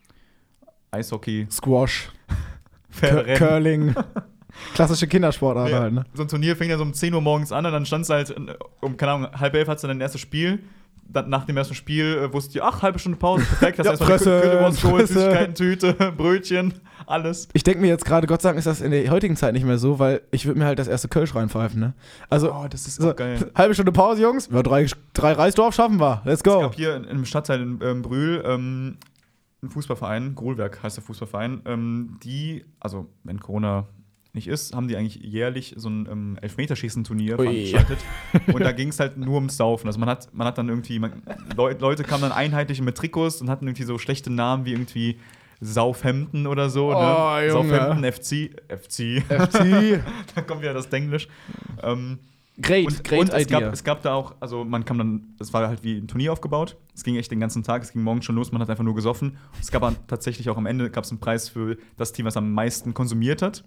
Eishockey,
Squash,
Pferderennen.
Cur- Curling, klassische Kindersportart
Ja,
halt, ne?
So ein Turnier fing ja so um zehn Uhr morgens an und dann stand es halt, um, keine Ahnung, halb elf hat es dann ein erstes Spiel. Dann, nach dem ersten Spiel äh, wusste ich, ach, halbe Stunde Pause, perfekt, hast
Ja,
erstmal eine
Fresse,
Currywurst geholt,
Fresse.
Süßigkeiten-Tüte, Brötchen, alles.
Ich denke mir jetzt gerade, Gott sei Dank ist das in der heutigen Zeit nicht mehr so, weil ich würde mir halt das erste Kölsch reinpfeifen, ne? Also,
Oh, das ist
so,
auch geil.
halbe Stunde Pause, Jungs. Ja, drei, drei Reisdorf schaffen wir. Let's
Es
go.
gab hier in, im Stadtteil in ähm, Brühl ähm, einen Fußballverein, Grolwerk heißt der Fußballverein, ähm, die, also wenn Corona nicht ist, haben die eigentlich jährlich so ein ähm, Elfmeterschießen-Turnier
Ui.
veranstaltet. Und da ging es halt nur ums Saufen. Also man hat, man hat dann irgendwie, man, Leu Leute kamen dann einheitlich mit Trikots und hatten irgendwie so schlechte Namen wie irgendwie Saufhemden oder so.
Oh,
ne?
Junge.
Saufhemden F C. F C.
F C.
Da kommt wieder das Denglisch. Ähm,
Great,
und,
great
und es,
idea.
gab, es gab da auch, also man kam dann, es war halt wie ein Turnier aufgebaut. Es ging echt den ganzen Tag, es ging morgens schon los, man hat einfach nur gesoffen. Es gab dann tatsächlich auch am Ende gab es einen Preis für das Team, was am meisten konsumiert hat.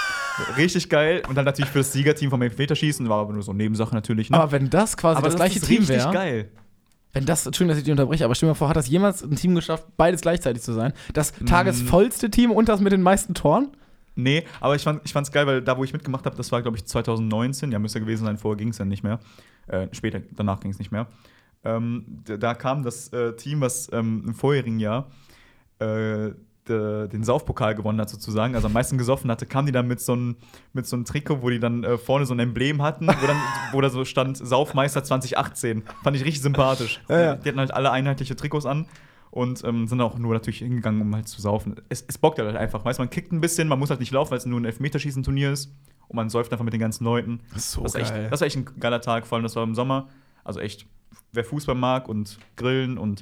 Richtig geil. Und dann natürlich für das Siegerteam vom Elfmeterschießen, war aber nur so eine Nebensache natürlich. Ne?
aber wenn das quasi
aber
das gleiche
ist
Team
richtig
wäre,
geil.
wenn das, Entschuldigung, dass ich dich unterbreche, aber stell dir mal vor, hat das jemals ein Team geschafft, beides gleichzeitig zu sein? Das tagesvollste Team und das mit den meisten Toren?
Nee, aber ich, fand, ich fand's geil, weil da, wo ich mitgemacht habe, das war, glaube ich, zwanzig neunzehn. Ja, müsste gewesen sein, vorher ging es dann nicht mehr. Äh, später, danach ging es nicht mehr. Ähm, da, da kam das äh, Team, was ähm, im vorherigen Jahr äh, de, den Saufpokal gewonnen hat, sozusagen, also am meisten gesoffen hatte, kamen die dann mit so einem mit so einem Trikot, wo die dann äh, vorne so ein Emblem hatten, wo, dann, wo da so stand Saufmeister zwanzig achtzehn. Fand ich richtig sympathisch.
Ja, ja.
Die hatten halt alle einheitliche Trikots an. Und ähm, sind auch nur natürlich hingegangen, um halt zu saufen. Es, es bockt halt einfach. Weißt, man kickt ein bisschen, man muss halt nicht laufen, weil es nur ein Elfmeterschießen-Turnier ist. Und man säuft einfach mit den ganzen Leuten.
Das ist so
das, war echt,
geil.
das war echt ein geiler Tag, vor allem das war im Sommer. Also echt, wer Fußball mag und Grillen und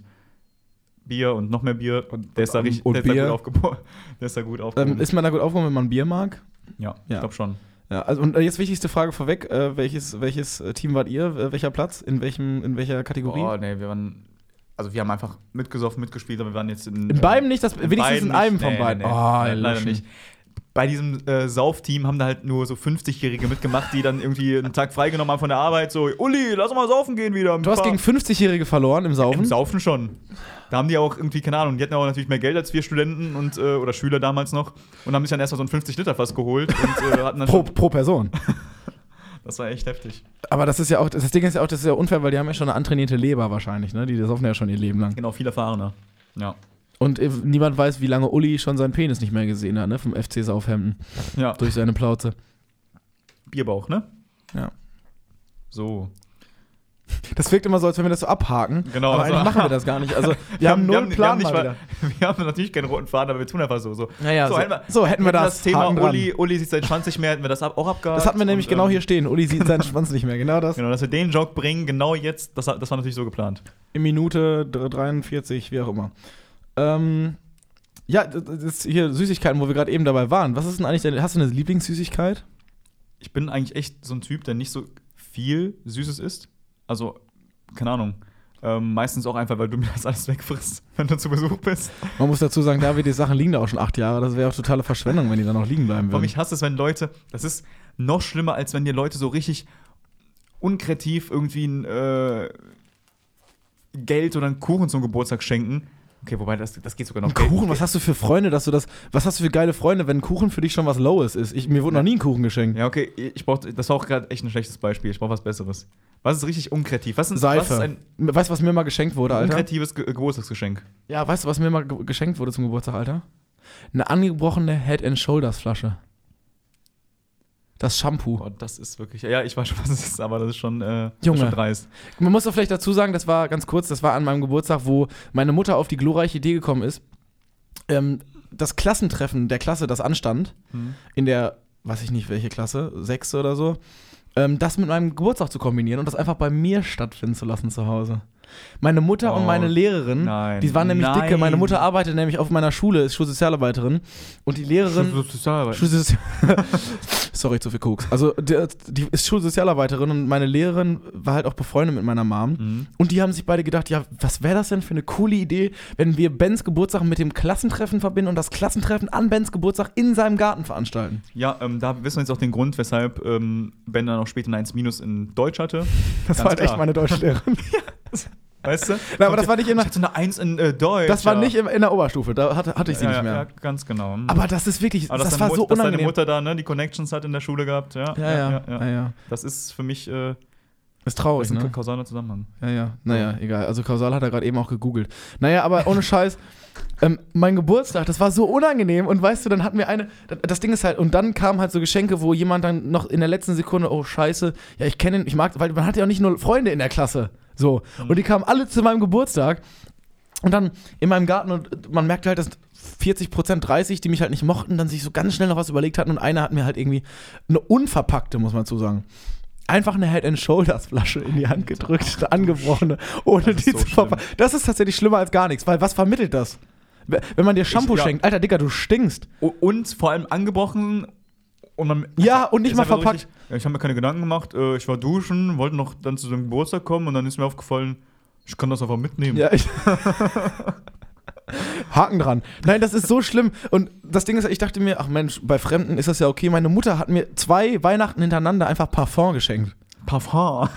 Bier und noch mehr Bier, und der ist da,
Und-
richtig,
und
der ist da
Bier.
gut aufgehoben. Der ist da gut aufgehoben.
Ähm, ist man da gut aufgehoben, wenn man Bier mag?
ja,
Ja.
ich glaube schon.
Ja, also und jetzt wichtigste Frage vorweg, äh, welches, welches äh, Team wart ihr? Äh, welcher Platz? In welchem, in welcher Kategorie?
Oh, nee, wir waren. Also wir haben einfach mitgesoffen, mitgespielt, aber wir waren jetzt in.
in beiden nicht, das,
in
wenigstens
beiden
in einem
nicht.
von
Nee,
beiden.
nee, nee.
Oh,
Nein, leider
löschen.
nicht. Bei diesem äh, Saufteam haben da halt nur so fünfzigjährige mitgemacht, die dann irgendwie einen Tag freigenommen haben von der Arbeit. So, Uli, lass uns mal saufen gehen wieder.
Du hast gegen fünfzigjährige verloren im Saufen?
Im Saufen schon. Da haben die auch irgendwie, keine Ahnung, die hatten auch natürlich mehr Geld als wir Studenten und, äh, oder Schüler damals noch und haben sich dann erstmal so ein fünfzig Liter Fass geholt und äh, hatten dann
pro,
schon,
pro Person.
das war echt heftig.
Aber das ist ja auch, das Ding ist ja auch, das ist ja unfair, weil die haben ja schon eine antrainierte Leber wahrscheinlich, ne? Die saufen ja schon ihr Leben lang.
Genau, viel erfahrener. Ja.
Und äh, niemand weiß, wie lange Uli schon seinen Penis nicht mehr gesehen hat, ne? Vom F C Saufhemden.
Ja.
Durch seine Plauze.
Bierbauch, ne?
Ja.
So.
Das wirkt immer so, als wenn wir das so abhaken.
Genau,
aber
also-
eigentlich machen wir das gar nicht. Also, wir, haben null
wir
Plan
haben nicht
mal
mal,
wieder.
wir haben natürlich keinen roten Faden, aber wir tun einfach so. So,
Naja, so,
hätten wir,
so hätten wir das.
das Thema
Haken dran.
Uli, Uli sieht seit zwanzig mehr, hätten wir das ab, auch abgehakt.
Das hatten wir nämlich
und,
genau
ähm,
hier stehen. Uli sieht seinen Schwanz nicht mehr. Genau das.
Genau, dass wir den Joke bringen, genau jetzt, das, das war natürlich so geplant.
In Minute dreiundvierzig, wie auch immer. Ähm, Ja, das ist hier Süßigkeiten, wo wir gerade eben dabei waren. Was ist denn eigentlich deine, hast du eine Lieblingssüßigkeit?
Ich bin eigentlich echt so ein Typ, der nicht so viel Süßes isst. Also, keine Ahnung. Ähm, meistens auch einfach, weil du mir das alles wegfrisst, wenn du zu Besuch bist.
Man muss dazu sagen, David, die Sachen liegen da auch schon acht Jahre. Das wäre auch totale Verschwendung, wenn die da noch liegen bleiben
Warum
würden.
ich hasse es, wenn Leute, das ist noch schlimmer, als wenn dir Leute so richtig unkreativ irgendwie ein äh, Geld oder einen Kuchen zum Geburtstag schenken. Okay, wobei, das, das geht sogar noch.
Ein Kuchen? Was hast du für Freunde, dass du das, was hast du für geile Freunde, wenn ein Kuchen für dich schon was Lowes ist? Ich, mir wurde noch nie ein Kuchen geschenkt.
Ja, okay, ich brauch, das war auch gerade echt ein schlechtes Beispiel. Ich brauche was Besseres. Was ist richtig unkreativ? Was ist,
Seife.
Was ist ein
weißt du, was mir mal geschenkt wurde, Alter?
unkreatives Ge Geburtstagsgeschenk?
Ja, weißt du, was mir mal ge geschenkt wurde zum Geburtstag, Alter? Eine angebrochene Head and Shoulders Flasche. Das Shampoo.
Boah, das ist wirklich. Ja, ich weiß schon, was es ist, aber das ist schon, äh,
Junge.
schon dreist.
Man muss doch vielleicht dazu sagen, das war ganz kurz, das war an meinem Geburtstag, wo meine Mutter auf die glorreiche Idee gekommen ist, ähm, das Klassentreffen der Klasse, das anstand,
Hm.
in der, weiß ich nicht welche Klasse, sechste oder so, ähm, das mit meinem Geburtstag zu kombinieren und das einfach bei mir stattfinden zu lassen zu Hause. Meine Mutter
Oh,
und meine Lehrerin,
nein,
die waren nämlich
nein.
dicke. Meine Mutter arbeitet nämlich auf meiner Schule, ist Schulsozialarbeiterin. Und die Lehrerin. Schulsozial Sorry, zu viel Koks. Also, die, die ist Schulsozialarbeiterin und meine Lehrerin war halt auch befreundet mit meiner Mom.
Mhm.
Und die haben sich beide gedacht: Ja, was wäre das denn für eine coole Idee, wenn wir Bens Geburtstag mit dem Klassentreffen verbinden und das Klassentreffen an Bens Geburtstag in seinem Garten veranstalten?
Ja, ähm, da wissen wir jetzt auch den Grund, weshalb ähm, Ben dann auch später eine eins minus in Deutsch hatte.
Das
Ganz
war halt
klar.
echt meine Deutschlehrerin.
Weißt du?
Na, aber das war nicht in der,
Ich hatte eine eins in äh, Deutsch.
das war
ja.
nicht in, in der Oberstufe, da hatte, hatte ich sie
ja,
nicht mehr.
Ja, ganz genau.
Aber das ist wirklich,
Aber
das
dass
war
deine
so
Mut- dass deine
unangenehm.
Mutter da ne, die Connections hat in der Schule gehabt, ja.
Ja, ja, ja, ja.
Das ist für mich äh,
Ist traurig,
das ist ein
ne?
kausaler Zusammenhang.
Ja, ja, naja, egal. Also Kausal hat er gerade eben auch gegoogelt. Naja, aber ohne Scheiß, ähm, mein Geburtstag, das war so unangenehm und weißt du, dann hatten wir eine, das Ding ist halt, und dann kamen halt so Geschenke, wo jemand dann noch in der letzten Sekunde, oh Scheiße, ja, ich kenne ihn, ich mag, weil man hat ja auch nicht nur Freunde in der Klasse, so.
Mhm.
Und die kamen alle zu meinem Geburtstag und dann in meinem Garten und man merkte halt, dass vierzig Prozent, dreißig, die mich halt nicht mochten, dann sich so ganz schnell noch was überlegt hatten und einer hat mir halt irgendwie eine unverpackte, muss man zu sagen, einfach eine Head-and-Shoulders-Flasche in die Hand gedrückt, eine angebrochene, ohne
Das ist
die
so
zu verpacken. Das ist tatsächlich schlimmer als gar nichts, weil was vermittelt das? Wenn man dir Shampoo
Ich- ja.
schenkt, Alter, Digga, du stinkst.
Und vor allem angebrochen und man.
Ja, und nicht
ist
mal
einfach so
verpackt.
richtig- Ja, ich habe mir keine Gedanken gemacht. Äh, ich war duschen, wollte noch dann zu seinem Geburtstag kommen und dann ist mir aufgefallen, ich kann das einfach mitnehmen.
Ja, ich Haken dran. Nein, das ist so schlimm. Und das Ding ist, ich dachte mir, ach Mensch, bei Fremden ist das ja okay. Meine Mutter hat mir zwei Weihnachten hintereinander einfach Parfum geschenkt.
Parfum.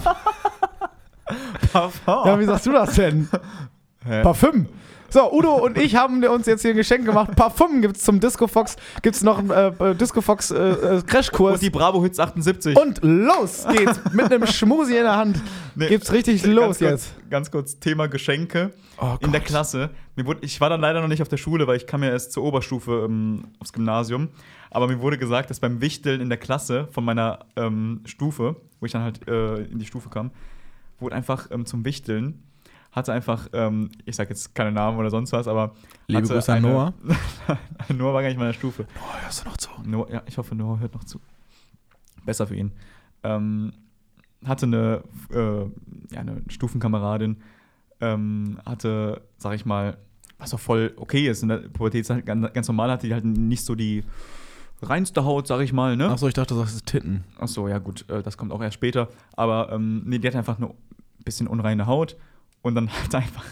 Parfum.
Ja, wie sagst du das denn?
Hä?
Parfüm. So, Udo und ich haben uns jetzt hier ein Geschenk gemacht. Parfüm gibt's zum Disco Fox. Gibt's noch einen äh, Disco Fox äh, äh, Crashkurs.
Und die Bravo Hits achtundsiebzig.
Und los geht's. Mit einem Schmusi in der Hand
Nee,
gibt's richtig
ganz
los
kurz,
jetzt.
Ganz kurz, Thema Geschenke.
Oh
In der
Gott.
Klasse. Mir wurde, ich war dann leider noch nicht auf der Schule, weil ich kam ja erst zur Oberstufe ähm, aufs Gymnasium. Aber mir wurde gesagt, dass beim Wichteln in der Klasse von meiner ähm, Stufe, wo ich dann halt äh, in die Stufe kam, wurde einfach ähm, zum Wichteln, hatte einfach, ähm, ich sag jetzt keine Namen oder sonst was, aber
Liebe
hatte
Grüße an
eine-
Noah.
Noah war gar nicht meiner Stufe.
Oh, hörst du noch zu?
Noah, ja, ich hoffe, Noah hört noch zu. Besser für ihn. Ähm, hatte eine, äh, ja, eine Stufenkameradin, ähm, hatte, sag ich mal, was auch voll okay ist, in der Pubertät halt ganz, ganz normal, hatte die halt nicht so die reinste Haut, sag ich mal, ne?
Achso, ich dachte, du sagst Titten.
Ach so, ja gut, äh, das kommt auch erst später. Aber ähm, nee, die hat einfach eine bisschen unreine Haut. Und dann hat einfach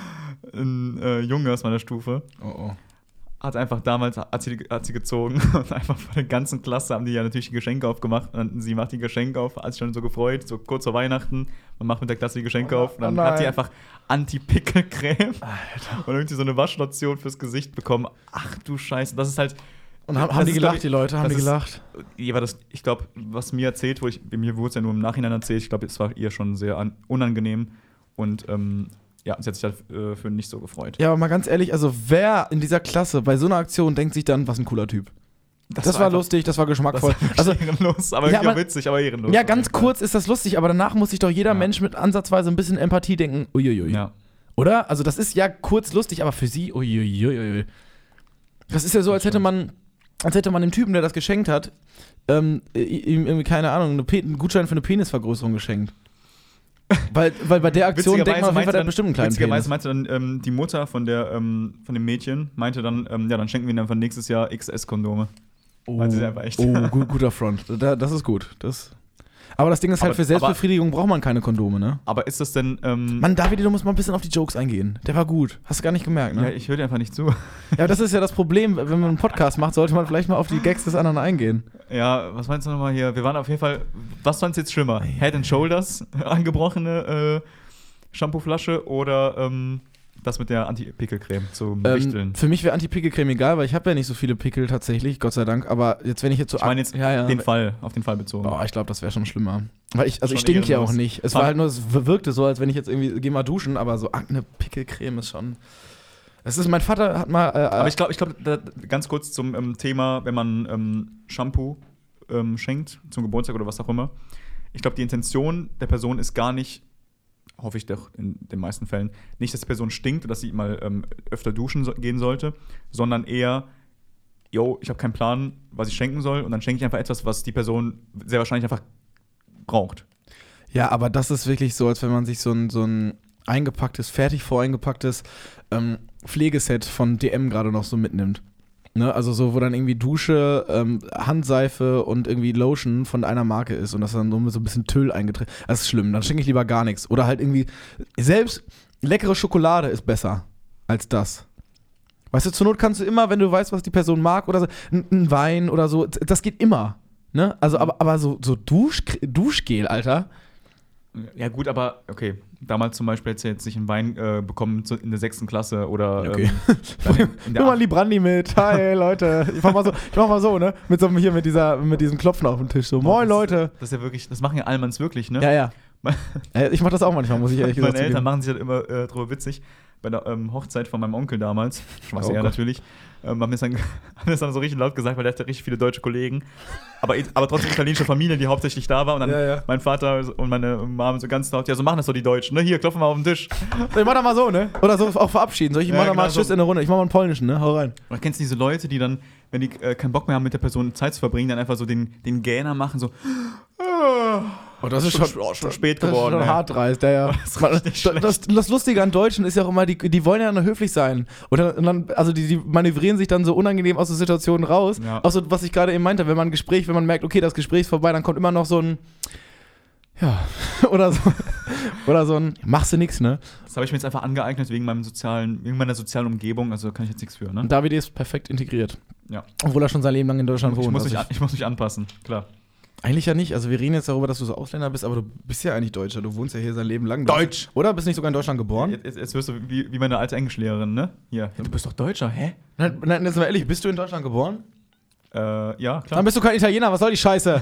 ein äh, Junge aus meiner Stufe,
Oh, oh.
hat einfach damals, hat sie, hat sie gezogen und einfach von der ganzen Klasse haben die ja natürlich die Geschenke aufgemacht. Und sie macht die Geschenke auf, hat sich schon so gefreut, so kurz vor Weihnachten. Man macht mit der Klasse die Geschenke
Oh,
auf. Und dann
oh
hat die
nein.
einfach Anti-Pickel-Creme
Alter.
und irgendwie so eine Waschlotion fürs Gesicht bekommen. Ach du Scheiße, das ist halt.
Und haben,
Das
haben die
ist, glaub
gelacht,
ich,
die Leute? Haben
das
die
ist-
gelacht?
Ja, war das, ich glaube, was mir erzählt wurde, ich, mir wurde es ja nur im Nachhinein erzählt, ich glaube, es war ihr schon sehr an, unangenehm und ähm, ja, sie hat sich dafür für nicht so gefreut.
Ja, aber mal ganz ehrlich, also wer in dieser Klasse bei so einer Aktion denkt sich dann, was ein cooler Typ. Das, war
einfach-
lustig, das war
Das
geschmackvoll.
war
Also,
also, ehrenlos, aber
Ja,
ja,
aber-
witzig, aber ehrenlos.
ja, ganz kurz ist das lustig, aber danach muss sich doch jeder
Ja.
Mensch mit ansatzweise ein bisschen Empathie denken, uiuiui.
Ja.
Oder? Also das ist ja kurz lustig, aber für sie, uiuiui. Das ist ja so, als hätte man, als hätte man dem Typen, der das geschenkt hat, ähm, ihm irgendwie, keine Ahnung, eine Pe- einen Gutschein für eine Penisvergrößerung geschenkt. Weil, weil bei der Aktion denkt man auf jeden Fall, der
dann,
hat bestimmt einen kleinen
witzigerweise
Penis.
meinte dann ähm, die Mutter von, der, ähm, von dem Mädchen, meinte dann, ähm, ja, dann schenken wir ihnen einfach nächstes Jahr X S-Kondome.
Oh,
Meinte sie einfach echt.
oh gut, guter Front. Da, das ist gut. Das. Aber das Ding ist halt,
Aber-
für Selbstbefriedigung braucht man keine Kondome, ne?
Aber ist das denn, ähm,
Mann, David, du musst mal ein bisschen auf die Jokes eingehen. Der war gut. Hast du gar nicht gemerkt,
ja,
ne?
ich höre dir einfach nicht zu.
Ja, aber das ist ja das Problem, wenn man einen Podcast macht, sollte man vielleicht mal auf die Gags des anderen eingehen.
Ja, was meinst du nochmal hier? Wir waren auf jeden Fall, was fandst du jetzt schlimmer? Head and Shoulders, angebrochene äh, Shampooflasche oder ähm, das mit der Anti-Pickel-Creme zum Wichteln?
Ähm, für mich wäre Anti-Pickel-Creme egal, weil ich habe ja nicht so viele Pickel tatsächlich, Gott sei Dank. Aber jetzt, wenn ich jetzt so...
Ich meine jetzt
ja, ja.
den Fall, auf den Fall bezogen.
Oh, ich glaube, das wäre schon schlimmer. Weil ich, also ich
Schon
stink ja
ehrenlos.
auch nicht. Es
Aber-
war halt nur, es wirkte so, als wenn ich jetzt irgendwie, geh mal duschen, aber so eine Pickelcreme ist schon. Das ist, mein Vater hat mal. Äh,
Aber ich glaube, ich glaub, da- ganz kurz zum ähm, Thema, wenn man ähm, Shampoo ähm, schenkt, zum Geburtstag oder was auch immer. Ich glaube, die Intention der Person ist gar nicht, hoffe ich doch in den meisten Fällen, nicht, dass die Person stinkt oder dass sie mal ähm, öfter duschen so, gehen sollte, sondern eher, yo, ich habe keinen Plan, was ich schenken soll und dann schenke ich einfach etwas, was die Person sehr wahrscheinlich einfach braucht.
ja, aber das ist wirklich so, als wenn man sich so ein, so ein eingepacktes, fertig voreingepacktes ähm, Pflegeset von D M gerade noch so mitnimmt. Ne? Also so, wo dann irgendwie Dusche, ähm, Handseife und irgendwie Lotion von einer Marke ist und das dann so mit so ein bisschen Tüll eingetreten. Das ist schlimm, dann schenke ich lieber gar nichts. Oder halt irgendwie, selbst leckere Schokolade ist besser als das. Weißt du, zur Not kannst du immer, wenn du weißt, was die Person mag oder so, ein Wein oder so, das geht immer. Ne? Also, aber, aber so, so Dusch, Duschgel, Alter.
Ja gut, aber okay, damals zum Beispiel hättest du jetzt nicht einen Wein äh, bekommen zu- in der sechsten Klasse oder
Okay.
ähm, dann in, in
Nimm
der
mal Librandi mit. Hi, Leute. Ich mach mal so, ich mach mal so, ne? Mit so hier mit dieser, mit diesem Klopfen auf dem Tisch. So, moin,
das,
Leute.
Das ist ja wirklich, das machen ja Allmanns wirklich, ne?
Ja, ja. Äh, Ich mach das auch manchmal, muss ich ehrlich gesagt
Meine Eltern
zugeben.
machen sich halt immer äh, drüber witzig. Bei der ähm, Hochzeit von meinem Onkel damals, Spaß
Oh
ja
Gott.
natürlich, ähm, haben wir es dann, haben wir es dann so richtig laut gesagt, weil der hatte richtig viele deutsche Kollegen. Aber, aber trotzdem italienische Familie, die hauptsächlich da war. Und dann
Ja, ja.
mein Vater und meine Mama so ganz laut, ja, so machen das doch die Deutschen, ne? Hier, klopfen wir auf den Tisch.
So, ich mach da mal so, ne? Oder so auch verabschieden. Soll ich
Ja,
mach da
genau
mal Tschüss
so.
in der Runde. Ich mach mal einen polnischen, ne? Hau rein.
Oder kennst du diese Leute, die dann, wenn die äh, keinen Bock mehr haben, mit der Person Zeit zu verbringen, dann einfach so den, den Gähner machen, so.
Oh, das ist
Schon-
schon,
oh, schon spät
das
geworden,
ist schon
ey.
hart dreist, ja, ja.
Das ist richtig
das,
schlecht.
das, das Lustige an Deutschen ist ja auch immer, die, die wollen ja nur höflich sein. Und dann, und dann also die, die manövrieren sich dann so unangenehm aus der Situation raus.
Ja.
Auch so, was ich gerade eben meinte, wenn man ein Gespräch, wenn man merkt, okay, das Gespräch ist vorbei, dann kommt immer noch so ein, ja, oder so, oder so ein, machst du nix, ne?
Das habe ich mir jetzt einfach angeeignet wegen meinem sozialen, wegen meiner sozialen Umgebung, also kann ich jetzt nichts für, ne?
Und David ist perfekt integriert.
Ja.
Obwohl er schon sein Leben lang in Deutschland
Ich
wohnt.
muss,
Also
mich, an- ich muss mich anpassen, klar.
eigentlich ja nicht. Also wir reden jetzt darüber, dass du so Ausländer bist, aber du bist ja eigentlich Deutscher. Du wohnst ja hier sein Leben lang.
Deutsch.
Oder bist nicht sogar in Deutschland geboren?
Jetzt, jetzt wirst du wie, wie meine alte Englischlehrerin, ne? Hier. Du bist doch Deutscher, hä?
Nein, nein, jetzt mal ehrlich, bist du in Deutschland geboren?
Äh, ja, klar.
Dann bist du kein Italiener, was soll die Scheiße?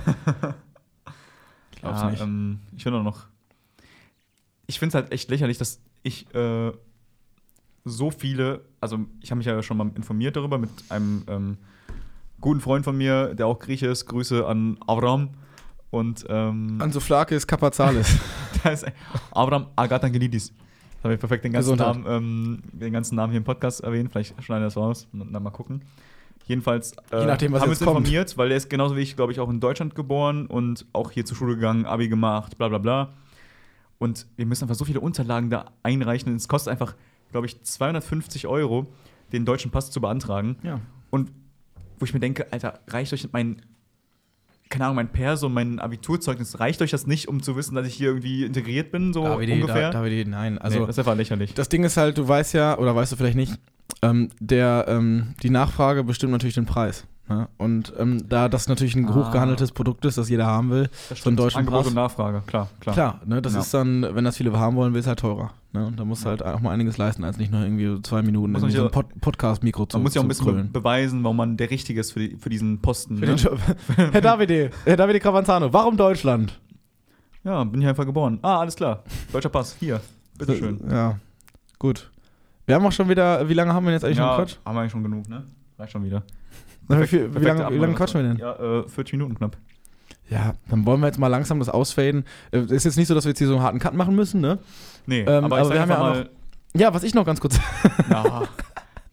Glaub's
ja,
nicht.
Ähm, ich finde auch noch. Ich finde es halt echt lächerlich, dass ich äh, so viele, also ich habe mich ja schon mal informiert darüber mit einem ähm, guten Freund von mir, der auch Grieche ist. Grüße an Avram. Und ähm,
Ansouflakis Kapazalis.
da ist Avram Agatangelidis. Da habe ich perfekt den ganzen,
Gesundheit.
Namen, ähm, den ganzen Namen hier im Podcast erwähnt. Vielleicht schneiden wir das raus und dann mal gucken. Jedenfalls äh,
Je nachdem, was
haben wir
jetzt
uns
kommt.
informiert, weil er ist genauso wie ich, glaube ich, auch in Deutschland geboren und auch hier zur Schule gegangen, Abi gemacht, bla bla bla. Und wir müssen einfach so viele Unterlagen da einreichen. Und es kostet einfach, glaube ich, zweihundertfünfzig Euro, den deutschen Pass zu beantragen.
Ja.
Und wo ich mir denke, Alter, reicht euch mein, keine Ahnung, mein Perso, mein Abiturzeugnis, reicht euch das nicht, um zu wissen, dass ich hier irgendwie integriert bin, so
Davide,
ungefähr?
Da, Davide, nein. Also
Nee, das ist einfach lächerlich.
das Ding ist halt, du weißt ja, oder weißt du vielleicht nicht, ähm, der, ähm, die Nachfrage bestimmt natürlich den Preis. Ne? Und ähm, da das natürlich ein
Ah.
hochgehandeltes Produkt ist, das jeder haben will,
Das
so einen deutschen
Angebot
Pass.
und Nachfrage, klar, klar.
Klar, ne, das
Ja.
ist dann, wenn das viele haben wollen, wird es halt teurer. Ne? Und da musst du halt auch mal einiges leisten, als nicht nur irgendwie so zwei Minuten
Muss
irgendwie
man
so ein
sich
Pod Podcast-Mikro zu
Man muss ja auch ein
zu
bisschen be
krüllen.
beweisen, warum man der Richtige ist für, die, für diesen Posten.
Für
Ne?
den Job. Herr Davide, Herr Davide Cravanzano, warum Deutschland?
Ja, bin hier einfach geboren. Ah, alles klar. Deutscher Pass, hier. Bitteschön.
Ja, gut. Wir haben auch schon wieder, wie lange haben wir jetzt eigentlich
Ja,
schon Quatsch?
haben wir eigentlich schon genug, ne? Reicht schon wieder.
Na, wie, viel, wie,
Perfekte
lange, wie lange quatschen wir denn?
Ja, äh, vierzig Minuten knapp.
Ja, dann wollen wir jetzt mal langsam das ausfaden. Äh, ist jetzt nicht so, dass wir jetzt hier so einen harten Cut machen müssen, ne?
Nee,
Ähm,
aber
aber
ich sag
wir haben
einfach
ja auch
mal,
Ja, was ich noch ganz kurz.
ja,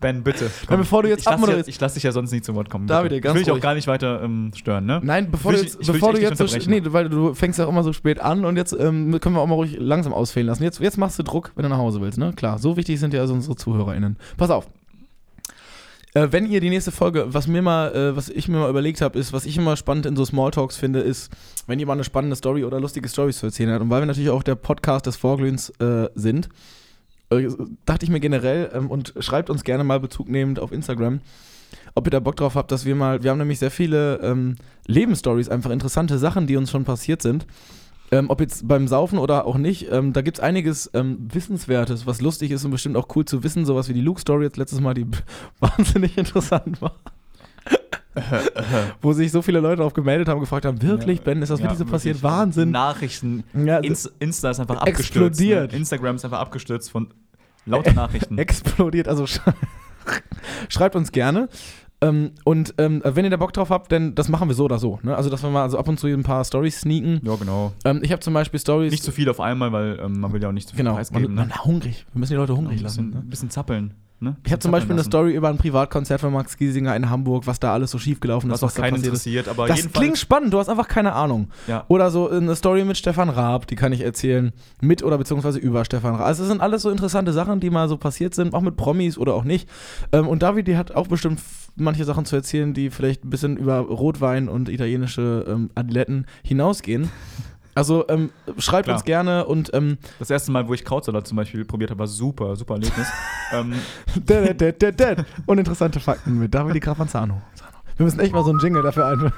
Ben, bitte.
Komm, bevor du jetzt
ich lasse
abmoderierst.
ja, lass dich ja sonst nicht zu Wort kommen.
David,
bitte.
ganz
ich will dich auch
ruhig.
gar nicht weiter ähm, stören, ne?
Nein, bevor
Ich
du
will
jetzt,
dich- ich will
bevor du
dich echt
jetzt so,
nicht unterbrechen.
nee, weil du fängst ja auch immer so spät an und jetzt ähm, können wir auch mal ruhig langsam ausfällen lassen. Jetzt, jetzt machst du Druck, wenn du nach Hause willst, ne? Klar, so wichtig sind ja also unsere ZuhörerInnen. Pass auf. Äh, wenn ihr die nächste Folge, was mir mal, äh, was ich mir mal überlegt habe, ist, was ich immer spannend in so Smalltalks finde, ist, wenn jemand eine spannende Story oder lustige Storys zu erzählen hat. Und weil wir natürlich auch der Podcast des Vorglühens äh, sind, äh, dachte ich mir generell, ähm, und schreibt uns gerne mal bezugnehmend auf Instagram, ob ihr da Bock drauf habt, dass wir mal, wir haben nämlich sehr viele ähm, Lebensstories, einfach interessante Sachen, die uns schon passiert sind. Ähm, ob jetzt beim Saufen oder auch nicht, ähm, da gibt es einiges ähm, Wissenswertes, was lustig ist und bestimmt auch cool zu wissen, sowas wie die Luke-Story jetzt letztes Mal, die wahnsinnig interessant war. Wo sich so viele Leute darauf gemeldet haben, gefragt haben, wirklich,
Ja,
Ben, ist das
ja,
wirklich so passiert?
wirklich.
Wahnsinn.
Nachrichten.
Ja,
Inst- Insta ist einfach
explodiert.
abgestürzt. Ne? Instagram ist einfach abgestürzt von lauter Nachrichten.
Explodiert, also sch- schreibt uns gerne. Ähm, und ähm, wenn ihr da Bock drauf habt, dann das machen wir so oder so. Ne? Also, dass wir mal also ab und zu ein paar Storys sneaken.
Ja, genau.
Ähm, ich habe zum Beispiel Stories.
Nicht zu viel auf einmal, weil ähm, man will ja auch nicht zu viel
Genau,
preisgeben.
man,
Ne?
man hungrig. Wir müssen die Leute hungrig
ein bisschen,
lassen. Ne?
ein bisschen zappeln. Ne?
Ich habe zum Beispiel eine Story über ein Privatkonzert von Max Giesinger in Hamburg, was da alles so schief gelaufen ist,
was auch
da
keinen
passiert ist.
interessiert, aber
Das
jedenfalls.
klingt spannend, du hast einfach keine Ahnung.
Ja.
Oder so eine Story mit Stefan Raab, die kann ich erzählen. Mit oder beziehungsweise über Stefan Raab. Also es sind alles so interessante Sachen, die mal so passiert sind, auch mit Promis oder auch nicht. Ähm, und David, die hat auch bestimmt f- manche Sachen zu erzählen, die vielleicht ein bisschen über Rotwein und italienische ähm, Adiletten hinausgehen. Also ähm, schreibt
Klar.
uns gerne und ähm,
Das erste Mal, wo ich Krautsalat zum Beispiel probiert habe, war super, super Erlebnis. ähm,
Dad, dad, dad, dad. Uninteressante Fakten mit David Di Cravanzano. Wir müssen echt mal so einen Jingle dafür einführen.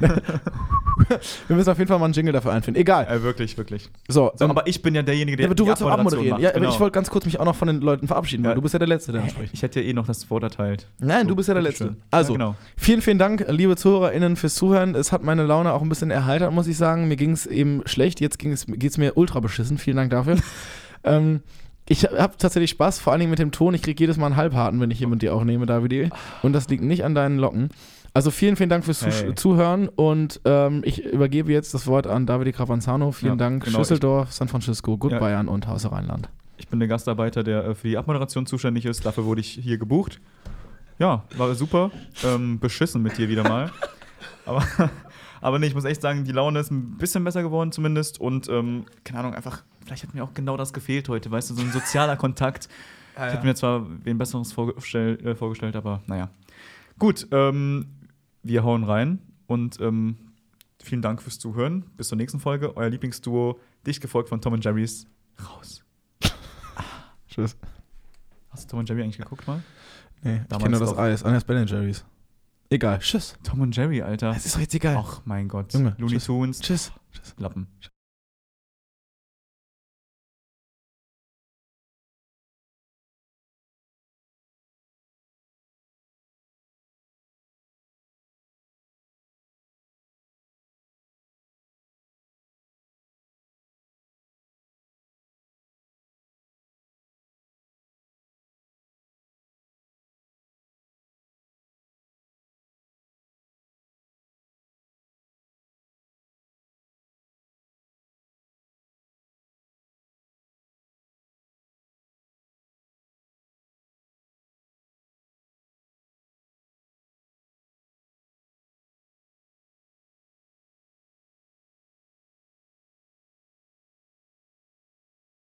Wir müssen auf jeden Fall mal einen Jingle dafür einführen. Egal.
äh, wirklich, wirklich.
So,
So,
ähm,
aber ich bin ja derjenige, der
ja, aber du
die
wolltest auch
Abmoderation
abmoderieren.
macht.
Ja, aber
Genau.
ich wollte ganz kurz mich auch noch von den Leuten verabschieden, weil
Ja.
du bist ja der Letzte, der dann spricht.
Ich hätte ja eh noch das Wort erteilt.
Nein,
So,
du bist ja der
bitteschön.
Letzte. Also,
ja, genau.
vielen, vielen Dank, liebe ZuhörerInnen, fürs Zuhören. Es hat meine Laune auch ein bisschen erheitert, muss ich sagen. Mir ging es eben schlecht, jetzt geht es mir ultra beschissen. Vielen Dank dafür. ähm, ich habe tatsächlich Spaß, vor allen Dingen mit dem Ton. Ich kriege jedes Mal einen Halbharten, wenn ich hier mit dir aufnehme, David. Und das liegt nicht an deinen Locken. Also vielen, vielen Dank fürs
Hey.
Zuh- Zuhören und ähm, ich übergebe jetzt das Wort an David Di Cravanzano. Vielen
Ja,
Dank.
genau,
Schüsseldorf, San Francisco, Good
Ja.
Bayern und Hause Rheinland.
Ich bin der Gastarbeiter, der äh, für die Abmoderation zuständig ist. Dafür wurde ich hier gebucht. Ja, war super. Ähm, beschissen mit dir wieder mal. aber, aber nee, ich muss echt sagen, die Laune ist ein bisschen besser geworden zumindest. Und, ähm, keine Ahnung, einfach, vielleicht hat mir auch genau das gefehlt heute. Weißt du, so ein sozialer Kontakt.
Ja,
Ich hätte mir zwar wen Besseres vorgestell, äh, vorgestellt, aber naja. Gut, ähm, wir hauen rein und ähm, vielen Dank fürs Zuhören. Bis zur nächsten Folge. Euer Lieblingsduo, dicht gefolgt von Tom und Jerry's. Raus.
Tschüss.
Hast du Tom und Jerry eigentlich geguckt mal?
Nee, ich
Damals
kenne nur das
doch.
Eis. Ah, das Ben Jerry's. Egal. Tschüss.
Tom und Jerry, Alter.
Es ist doch jetzt egal.
Ach mein Gott.
Junge,
Looney
tschüss.
Tunes.
Tschüss.
Lappen.